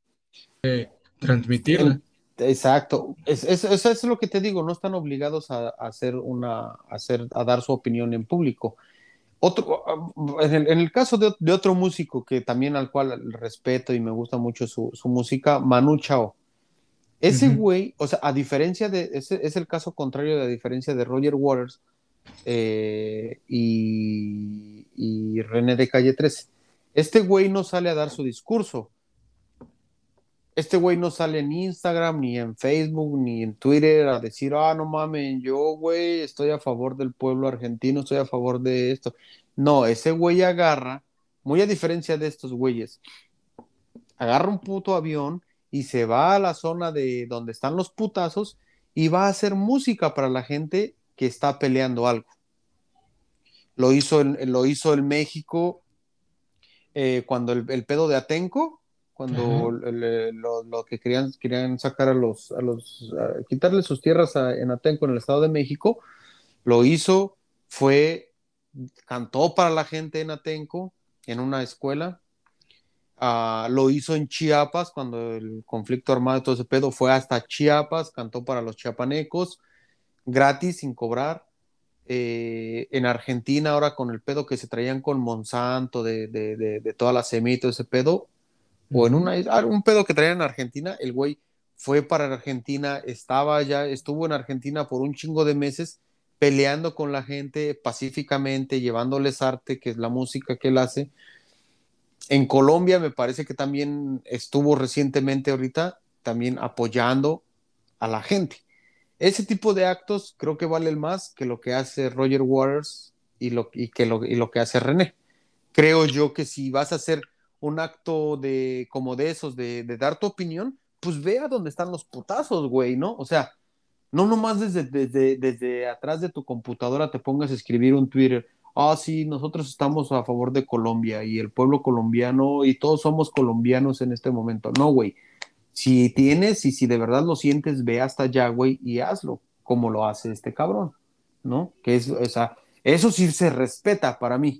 transmitirla. En- exacto. Es, es- eso es lo que te digo, no están obligados a, a hacer una, a hacer, a dar su opinión en público. Otro, en el, en el caso de, de otro músico que también al cual respeto y me gusta mucho su, su música, Manu Chao. Ese Ujú, güey, o sea, a diferencia de, ese es el caso contrario de a diferencia de Roger Waters eh, y, y René de Calle trece. Este güey no sale a dar su discurso. Este güey no sale en Instagram, ni en Facebook, ni en Twitter a decir, ah, no mames, yo, güey, estoy a favor del pueblo argentino, estoy a favor de esto. No, ese güey agarra, muy a diferencia de estos güeyes, agarra un puto avión y se va a la zona de donde están los putazos y va a hacer música para la gente que está peleando algo. Lo hizo en, lo hizo en México eh, cuando el, el, pedo de Atenco, cuando ajá. el, el, lo, lo, que querían, querían sacar a los, a los a quitarle sus tierras a, en Atenco, en el Estado de México, lo hizo, fue, cantó para la gente en Atenco, en una escuela, uh, lo hizo en Chiapas, cuando el conflicto armado y todo ese pedo fue hasta Chiapas, cantó para los chiapanecos, gratis, sin cobrar, eh, en Argentina ahora con el pedo que se traían con Monsanto de, de, de, de toda la semilla, ese pedo, o en Ujú. una, un pedo que traían en Argentina, el güey fue para Argentina, estaba ya, estuvo en Argentina por un chingo de meses peleando con la gente pacíficamente, llevándoles arte, que es la música que él hace. En Colombia me parece que también estuvo recientemente ahorita, también apoyando a la gente. Ese tipo de actos creo que valen más que lo que hace Roger Waters y lo, y que lo, y lo que hace René. Creo yo que si vas a hacer un acto de, como de esos, de, de dar tu opinión, pues ve a dónde están los putazos, güey, ¿no? O sea, no nomás desde, desde, desde atrás de tu computadora te pongas a escribir un Twitter. Ah, sí, nosotros estamos a favor de Colombia y el pueblo colombiano y todos somos colombianos en este momento. No, güey. Si tienes y si de verdad lo sientes, ve hasta allá, güey, y hazlo, como lo hace este cabrón, ¿no? Que es, o sea, eso sí se respeta para mí.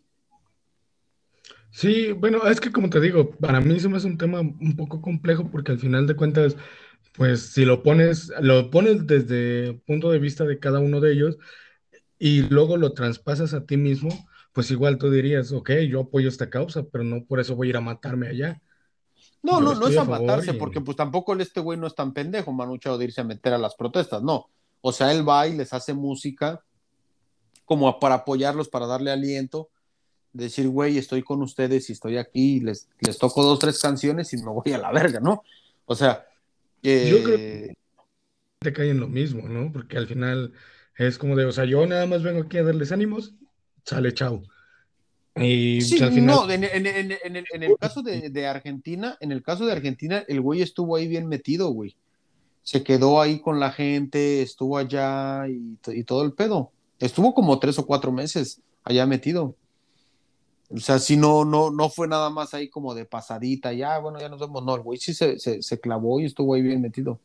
Sí, bueno, es que como te digo, para mí se me hace un tema un poco complejo porque al final de cuentas, pues si lo pones, lo pones desde el punto de vista de cada uno de ellos y luego lo traspasas a ti mismo, pues igual tú dirías, ok, yo apoyo esta causa, pero no por eso voy a ir a matarme allá. No, Yo no, no estoy es a a favor matarse, porque y pues tampoco el- este güey no es tan pendejo, Manuchao, de irse a meter a las protestas, no. O sea, él va y les hace música como para apoyarlos, para darle aliento, decir, güey, estoy con ustedes y estoy aquí, les, les toco dos, tres canciones y me voy a la verga, ¿no? O sea, yo creo que eh, te cae en lo mismo, ¿no? Porque al final es como de, o sea, yo nada más vengo aquí a darles ánimos, sale, chao. Y pues, sí, al final, no, en, en, en, en el, en el caso de, de Argentina, en el caso de Argentina, el güey estuvo ahí bien metido, güey. Se quedó ahí con la gente, estuvo allá y, y todo el pedo. Estuvo como tres o cuatro meses allá metido. O sea, si no, no, no fue nada más ahí como de pasadita, ya, bueno, ya nos vemos. No, el güey sí se, se, se clavó y estuvo ahí bien metido.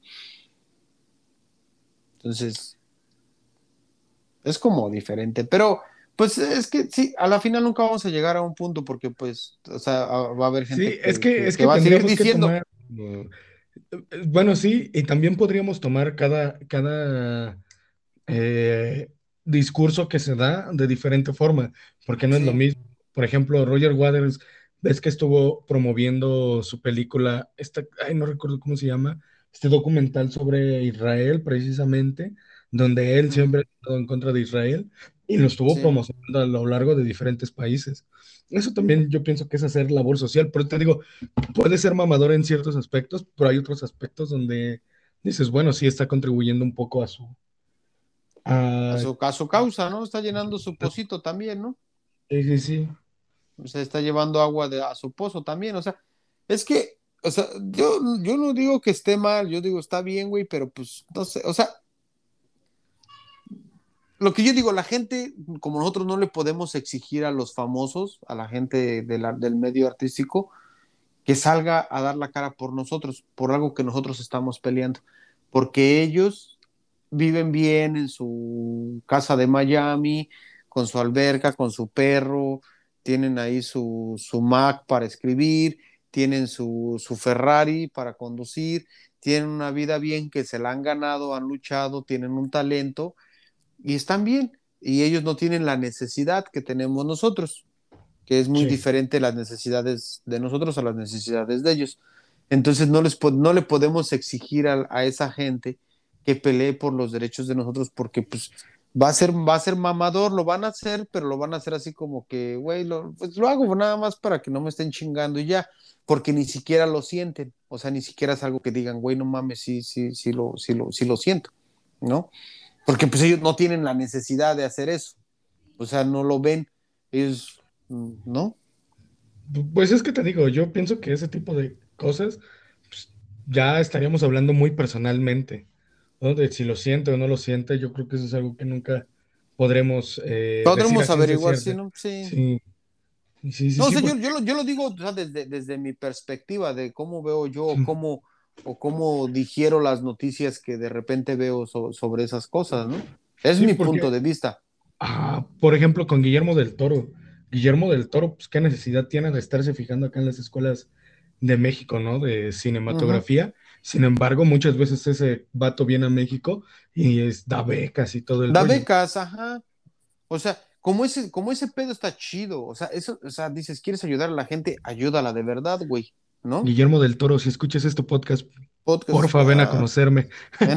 Entonces, es como diferente. Pero, pues es que sí, a la final nunca vamos a llegar a un punto porque, pues, o sea, va a haber sí, gente es que, que, que, es que que va a seguir tendríamos que diciendo, tomar, eh, bueno, sí, y también podríamos tomar cada, cada eh, discurso que se da de diferente forma, porque no es lo sí, mismo. Por ejemplo, Roger Waters, ves que estuvo promoviendo su película, esta, ay, no recuerdo cómo se llama, este documental sobre Israel, precisamente, donde él ujú, siempre ha estado en contra de Israel y lo estuvo sí. promocionando a lo largo de diferentes países. Eso también yo pienso que es hacer labor social, pero te digo, puede ser mamador en ciertos aspectos, pero hay otros aspectos donde dices, bueno, sí está contribuyendo un poco a su, A a su, a su causa, ¿no? Está llenando su pocito también, ¿no? sí, sí, sí. O sea, está llevando agua de, a su pozo también. O sea, es que, o sea, yo, yo no digo que esté mal, yo digo está bien, güey, pero pues no sé, o sea, lo que yo digo, la gente, como nosotros no le podemos exigir a los famosos, a la gente de la, del medio artístico, que salga a dar la cara por nosotros, por algo que nosotros estamos peleando, porque ellos viven bien en su casa de Miami, con su alberca, con su perro, tienen ahí su, su Mac para escribir, tienen su, su Ferrari para conducir, tienen una vida bien que se la han ganado, han luchado, tienen un talento y están bien. Y ellos no tienen la necesidad que tenemos nosotros, que es muy Sí. diferente las necesidades de nosotros a las necesidades de ellos. Entonces no, les, no le podemos exigir a, a esa gente que pelee por los derechos de nosotros porque pues va a ser, va a ser mamador, lo van a hacer, pero lo van a hacer así como que, güey, lo, pues lo hago nada más para que no me estén chingando y ya, porque ni siquiera lo sienten, o sea, ni siquiera es algo que digan, güey, no mames, sí, sí, sí lo, sí lo, sí lo siento, ¿no? Porque pues ellos no tienen la necesidad de hacer eso, o sea, no lo ven, ellos, ¿no? Pues es que te digo, yo pienso que ese tipo de cosas pues, ya estaríamos hablando muy personalmente, ¿no? De si lo siente o no lo siente, yo creo que eso es algo que nunca podremos eh, decir a Podremos ciencia averiguar, sí, cierta. ¿no? Sí. Sí, sí, sí, No, o sí, sea, yo, porque yo, lo, yo lo digo, o sea, desde, desde mi perspectiva de cómo veo yo o cómo, o cómo digiero las noticias que de repente veo so- sobre esas cosas, ¿no? Es sí, mi porque, punto de vista. ah, por ejemplo, con Guillermo del Toro. Guillermo del Toro, pues qué necesidad tiene de estarse fijando acá en las escuelas de México, ¿no? De Ujú. cinematografía. Sin embargo, muchas veces ese vato viene a México y es, da becas y todo el Da rollo. becas, ajá. O sea, como ese, como ese pedo está chido. O sea, eso, o sea, dices, ¿quieres ayudar a la gente? Ayúdala de verdad, güey, ¿no? Guillermo del Toro, si escuchas este podcast, Podcast. porfa, ven a Ah, conocerme. ven,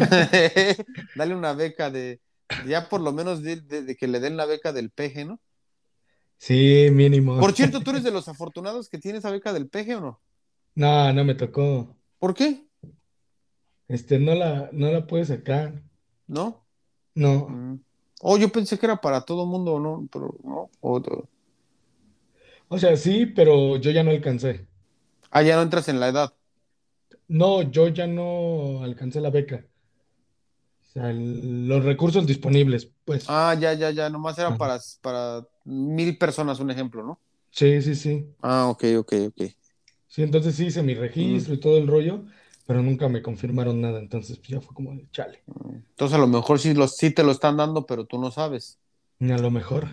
dale una beca de, ya por lo menos de, de- de que le den la beca del P G, ¿no? Sí, mínimo. Por cierto, ¿tú eres de los afortunados que tiene esa beca del P G o no? No, no me tocó. ¿Por qué? Este, no la, no la puedes sacar. ¿No? No. Mm. Oh, yo pensé que era para todo mundo, ¿no? Pero no. O- O sea, sí, pero yo ya no alcancé. Ah, ya no entras en la edad. No, yo ya no alcancé la beca. O sea, el- los recursos disponibles, pues. Ah, ya, ya, ya, nomás era Ajá. para, para mil personas un ejemplo, ¿no? Sí, sí, sí. Ah, ok, ok, ok. Sí, entonces sí hice mi Mm, registro y todo el rollo, pero nunca me confirmaron nada. Entonces pues, ya fue como de chale. Entonces a lo mejor sí, los, sí te lo están dando, pero tú no sabes. Y a lo mejor.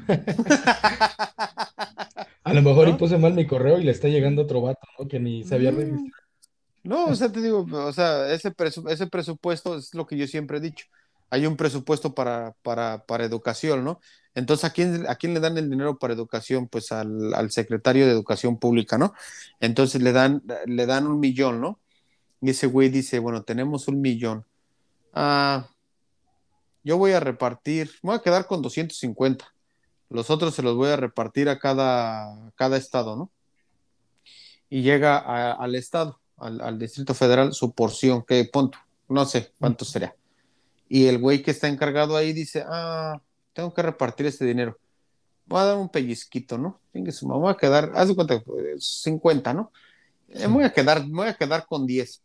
A lo mejor y ¿No? puse mal mi correo y le está llegando otro vato, ¿no? Que ni se había Mm, registrado. no, o sea, te digo, o sea, ese, presu- ese presupuesto es lo que yo siempre he dicho. Hay un presupuesto para, para, para educación, ¿no? Entonces, ¿a quién, a quién le dan el dinero para educación? Pues al, al secretario de Educación Pública, ¿no? Entonces le dan, le dan un millón, ¿no? Y ese güey dice, bueno, tenemos un millón. Ah, yo voy a repartir, me voy a quedar con doscientos cincuenta. Los otros se los voy a repartir a cada, cada estado, ¿no? Y llega a- al estado, al, al Distrito Federal, su porción, que punto, no sé cuánto sería. Y el güey que está encargado ahí dice, ah, tengo que repartir este dinero. Voy a dar un pellizquito, ¿no? Venga, su mamá va a quedar, haz de cuenta, pues, cincuenta, ¿no? Eh, me Sí. voy a quedar, me voy a quedar con diez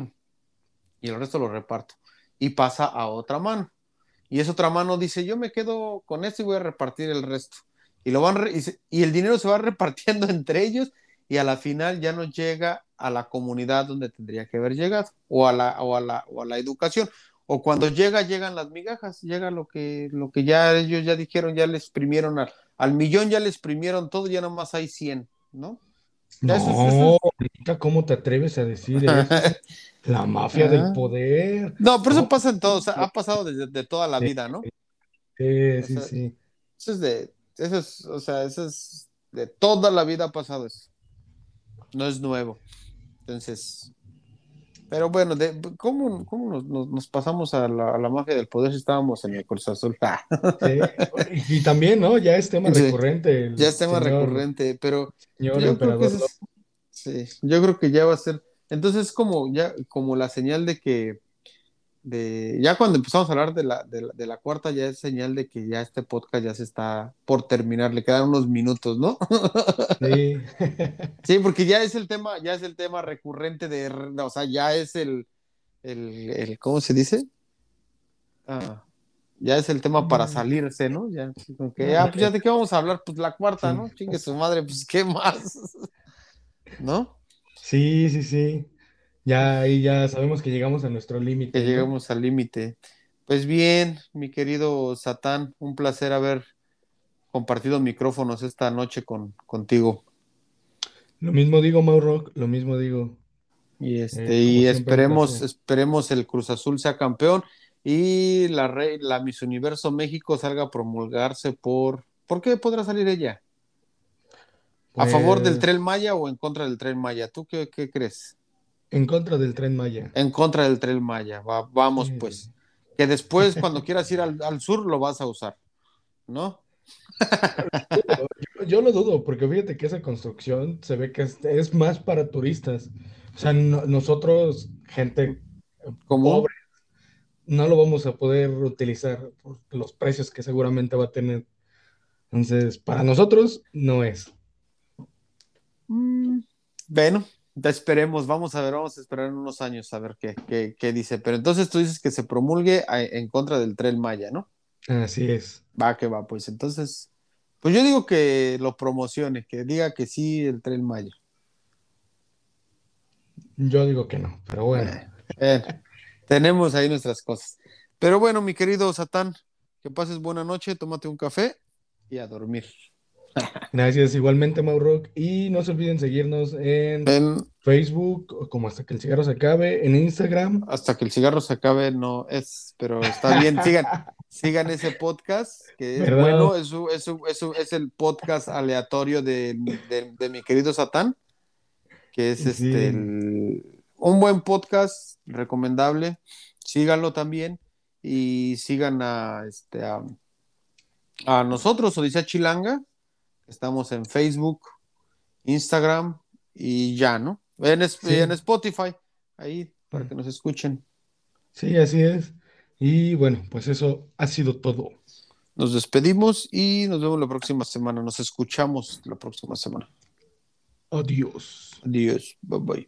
y el resto lo reparto. Y pasa a otra mano. Y esa otra mano dice, yo me quedo con esto y voy a repartir el resto. Y, lo van re- y, se- y el dinero se va repartiendo entre ellos y a la final ya no llega a la comunidad donde tendría que haber llegado o a la, o a la, o a la educación. O cuando llega, llegan las migajas, llega lo que, lo que ya ellos ya dijeron, ya les exprimieron al, al millón, ya les exprimieron todo, ya nomás hay cien, ¿no? Ya eso es, eso No, es. ahorita, ¿cómo te atreves a decir eso? Esa es la mafia del Ah. poder. No, pero eso ¿Cómo? pasa en todo, o sea, ha pasado desde de toda la Sí, vida, ¿no? sí, O sí, sea, sí. eso es de, eso es, o sea, eso es de toda la vida ha pasado eso, no es nuevo. Entonces, pero bueno, de, ¿cómo, cómo nos, nos- nos pasamos a la, a la mafia del poder si estábamos en el Cruz Azul? Sí. Y, y también, ¿no? Ya es tema Sí, recurrente ya el es tema señor, recurrente, pero señor yo creo que emperador eso es, López. sí, yo creo que ya va a ser, entonces como ya, como la señal de que de, ya cuando empezamos a hablar de la, de la, de la cuarta, ya es señal de que ya este podcast ya se está por terminar, le quedan unos minutos, ¿no? Sí. Sí, porque ya es el tema, ya es el tema recurrente de, o sea, ya es el, el, el ¿cómo se dice? Ah, ya es el tema para salirse, ¿no? Ya, así como que, ah, pues ya Ándale. de qué vamos a hablar, pues la cuarta, Sí. ¿no? Chingue su madre, pues qué más, ¿no? Sí, sí, sí. Ya ahí ya sabemos que llegamos a nuestro Que límite, ¿no? lleguemos al límite. Pues bien, mi querido Satán, un placer haber compartido micrófonos esta noche con, contigo. Lo mismo digo, Mauro, lo mismo digo. Y Eh, este, como y siempre, un esperemos, placer. esperemos el Cruz Azul sea campeón y la rey, la Miss Universo México salga a promulgarse por, ¿por qué podrá salir ella? ¿A favor del Tren Pues Maya o en contra del Tren Maya? ¿Tú qué, qué crees? en contra del Tren Maya. En contra del Tren Maya. Va- vamos Sí, sí, pues. Que después cuando quieras ir al, al sur lo vas a usar, ¿no? Yo, yo lo dudo, porque fíjate que esa construcción se ve que es, es más para turistas. O sea, no- nosotros, gente ¿Cómo? pobre, no lo vamos a poder utilizar por los precios que seguramente va a tener. Entonces, para nosotros no es. Mm, bueno, te esperemos, vamos a ver, vamos a esperar en unos años a ver qué, qué, qué dice. Pero entonces tú dices que se promulgue a- en contra del Tren Maya, ¿no? Así es. Va que va, pues entonces, pues yo digo que lo promocione, que diga que sí el Tren Maya. Yo digo que no, pero bueno. Eh, eh, tenemos ahí nuestras cosas. Pero bueno, mi querido Satán, que pases buena noche, tómate un café y a dormir. Gracias igualmente, Mauro. Y no se olviden seguirnos en En- Facebook, como hasta que el cigarro se acabe, en Instagram, hasta que el cigarro se acabe, no es, pero está bien, sigan, sigan ese podcast, que es ¿verdad? bueno, es, su- es, su- es, su- es el podcast aleatorio de, de, de mi querido Satán, que es este Sí, el- un buen podcast recomendable, síganlo también y sigan a, este, a, a nosotros, Odisea Chilanga, estamos en Facebook, Instagram y ya, ¿no? En, es- en sí, Spotify, ahí para que nos escuchen. sí, así es. Y bueno, pues eso ha sido todo. Nos despedimos y nos vemos la próxima semana. Nos escuchamos la próxima semana. Adiós. Adiós, bye bye.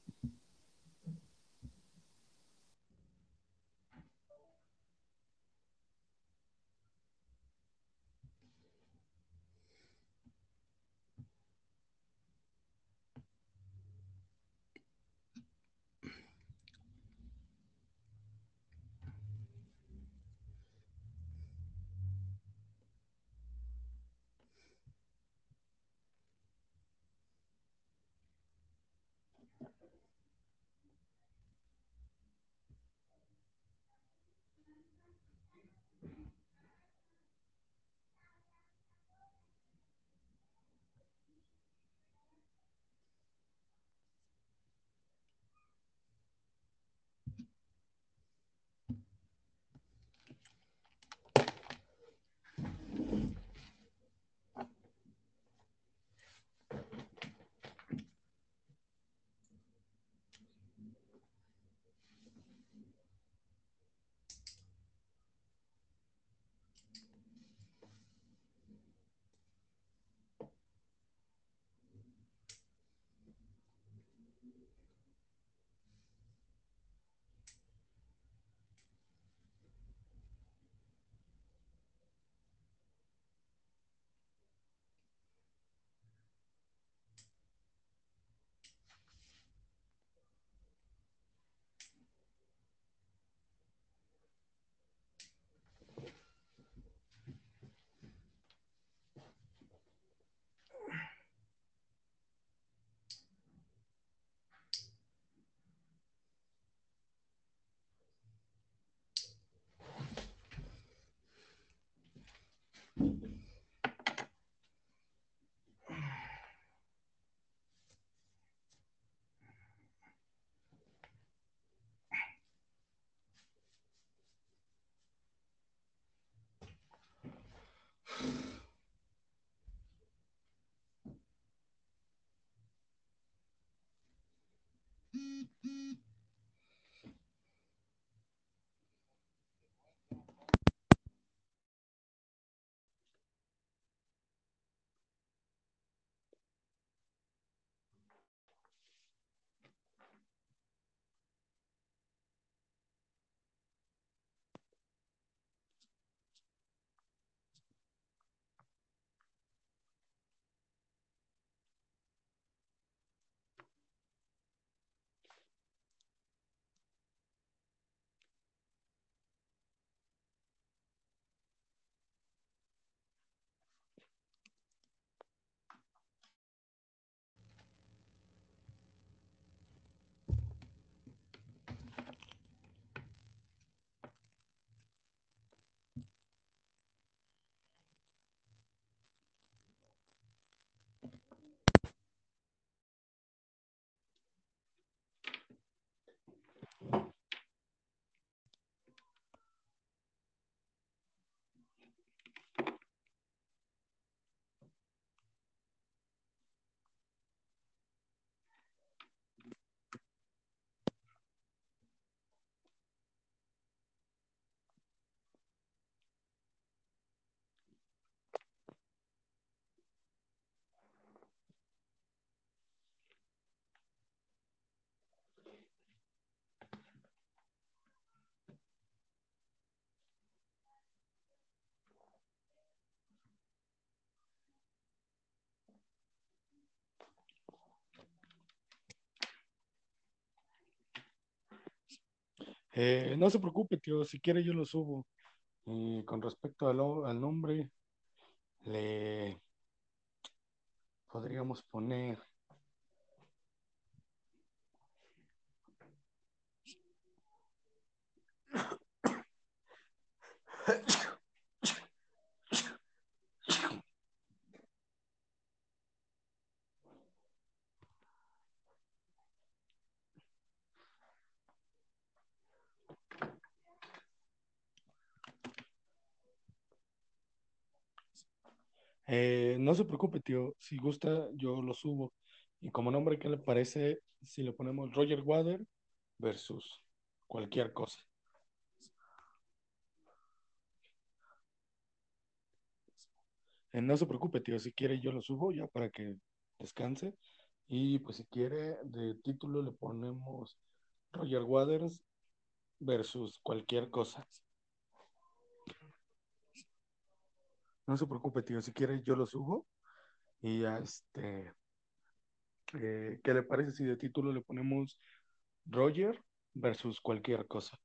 Eh, no se preocupe, tío, si quiere yo lo subo. Y con respecto al, o- al nombre, le podríamos poner... Eh, no se preocupe, tío, si gusta yo lo subo. Y como nombre, ¿qué le parece si le ponemos Roger Water versus cualquier cosa? Eh, no se preocupe, tío, si quiere yo lo subo ya para que descanse. Y pues si quiere, de título le ponemos Roger Waters versus cualquier cosa. No se preocupe, tío, si quiere yo lo subo y ya este, eh, ¿qué le parece si de título le ponemos Roger versus cualquier cosa?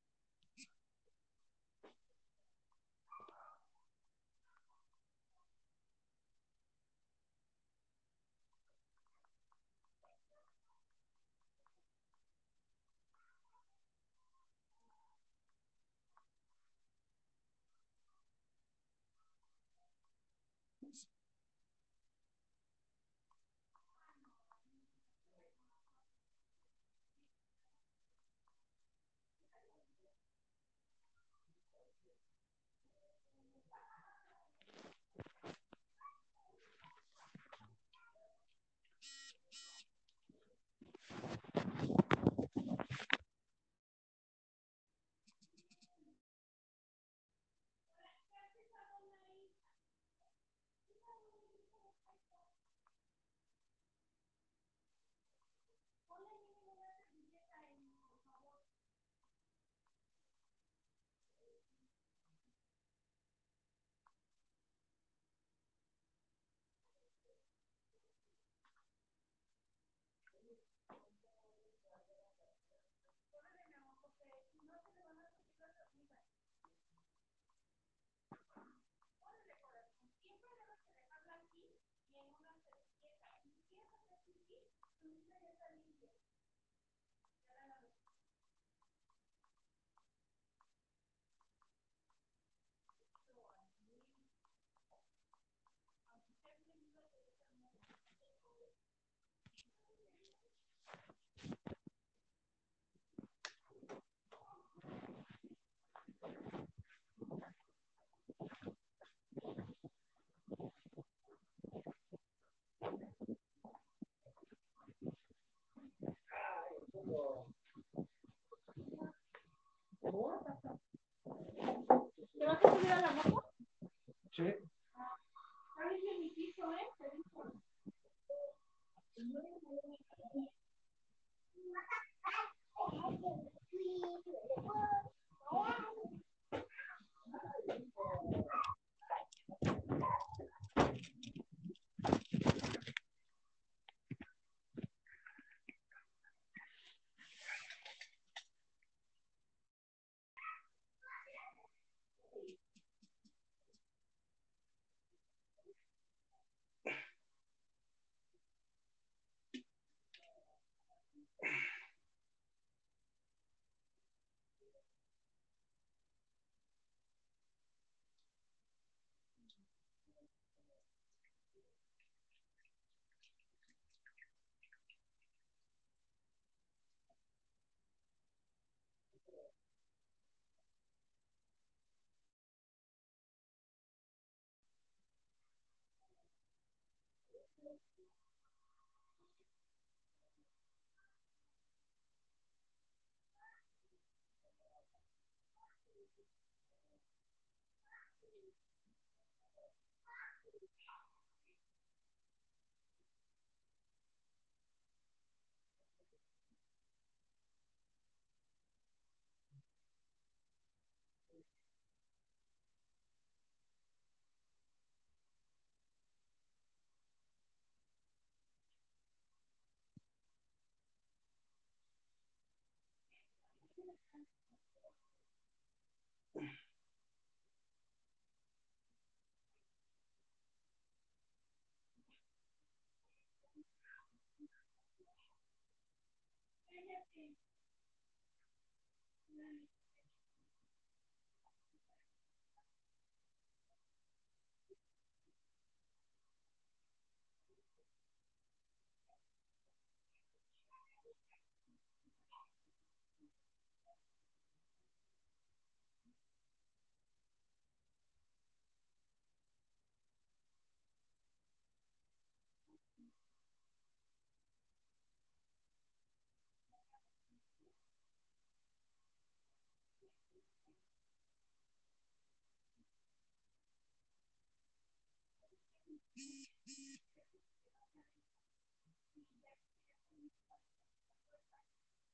¿Te vas a subir a la moto? Sí. ¿Sabes de mi piso, eh?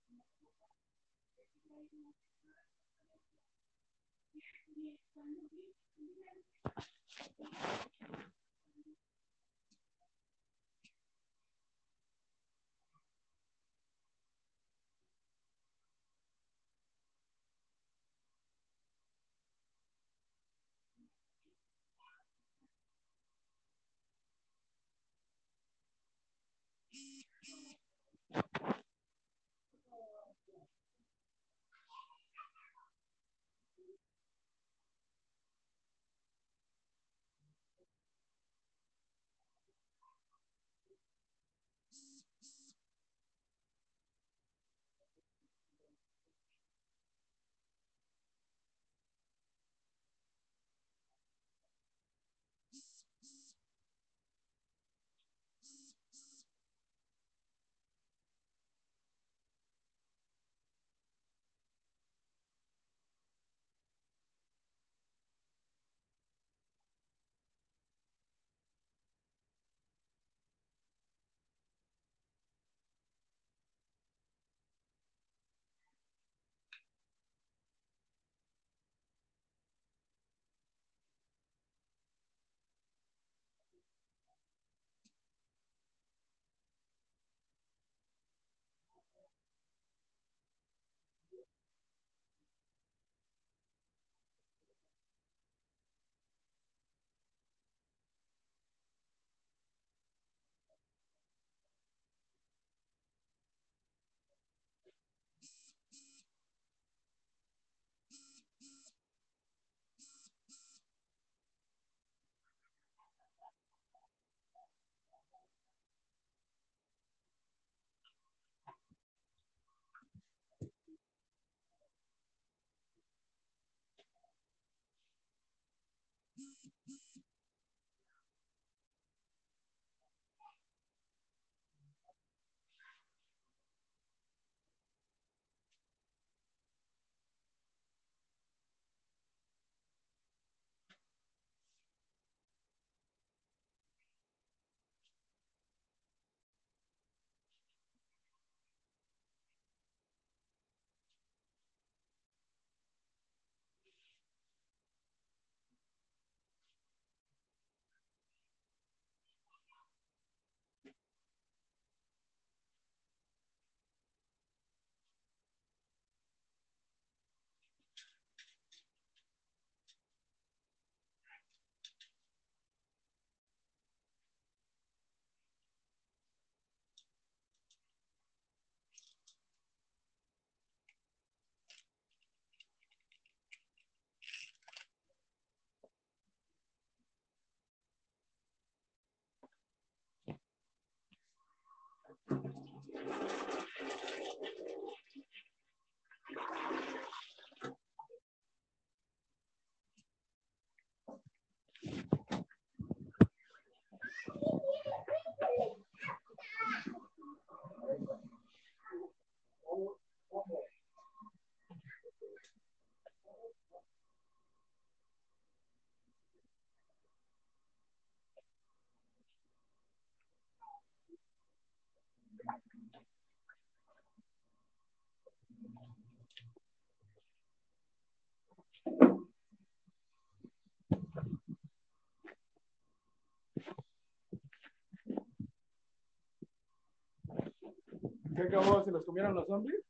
¿Qué acabó? ¿Se los comieron los zombies?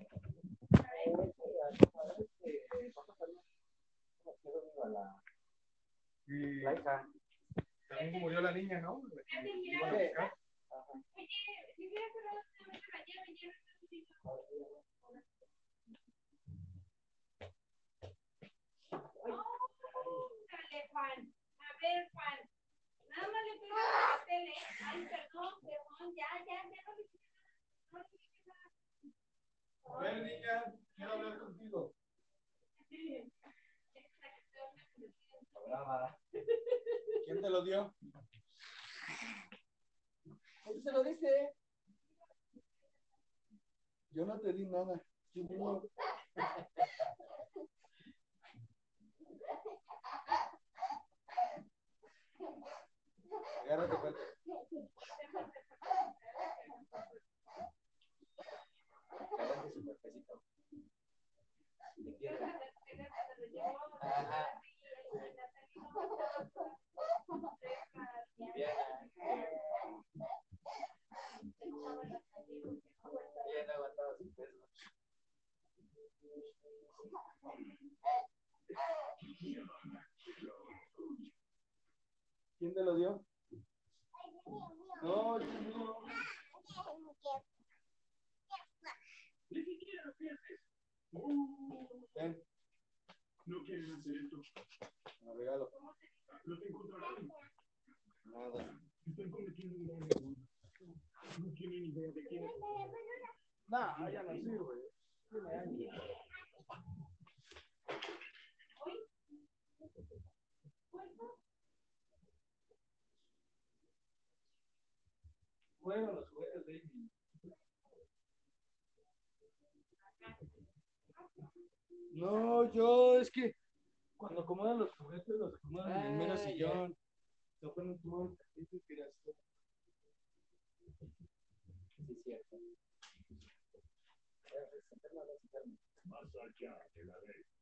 Y también murió la niña, ¿no? Iban a buscar. Dale, Juan. A ver, Juan. Nada más le pego a la tele. Ay, perdón, perdón. Ya, ya, ya no le dije nada. No le dije nada. A ver, niña, quiero hablar contigo. Brava. ¿Quién te lo dio? ¿Quién se lo dice? Yo no te di nada. Yo no. Agárrate fuerte. Cállate su Ajá. Bien, bien aguantado su peso. ¿Quién te lo dio? No, yo no. Ven. No quieren hacer esto. Me regalo. Los encontrarán. Nada. Están cometiendo un gran error. No tienen idea de quién es. No, ya no sirve. Tiene años. Juegan los juegos, baby. No, yo es que cuando acomodan los juguetes, los acomodan en el mero sillón. Se ponen tu y tú tiras todo. Sí, es cierto. Más allá de la ley.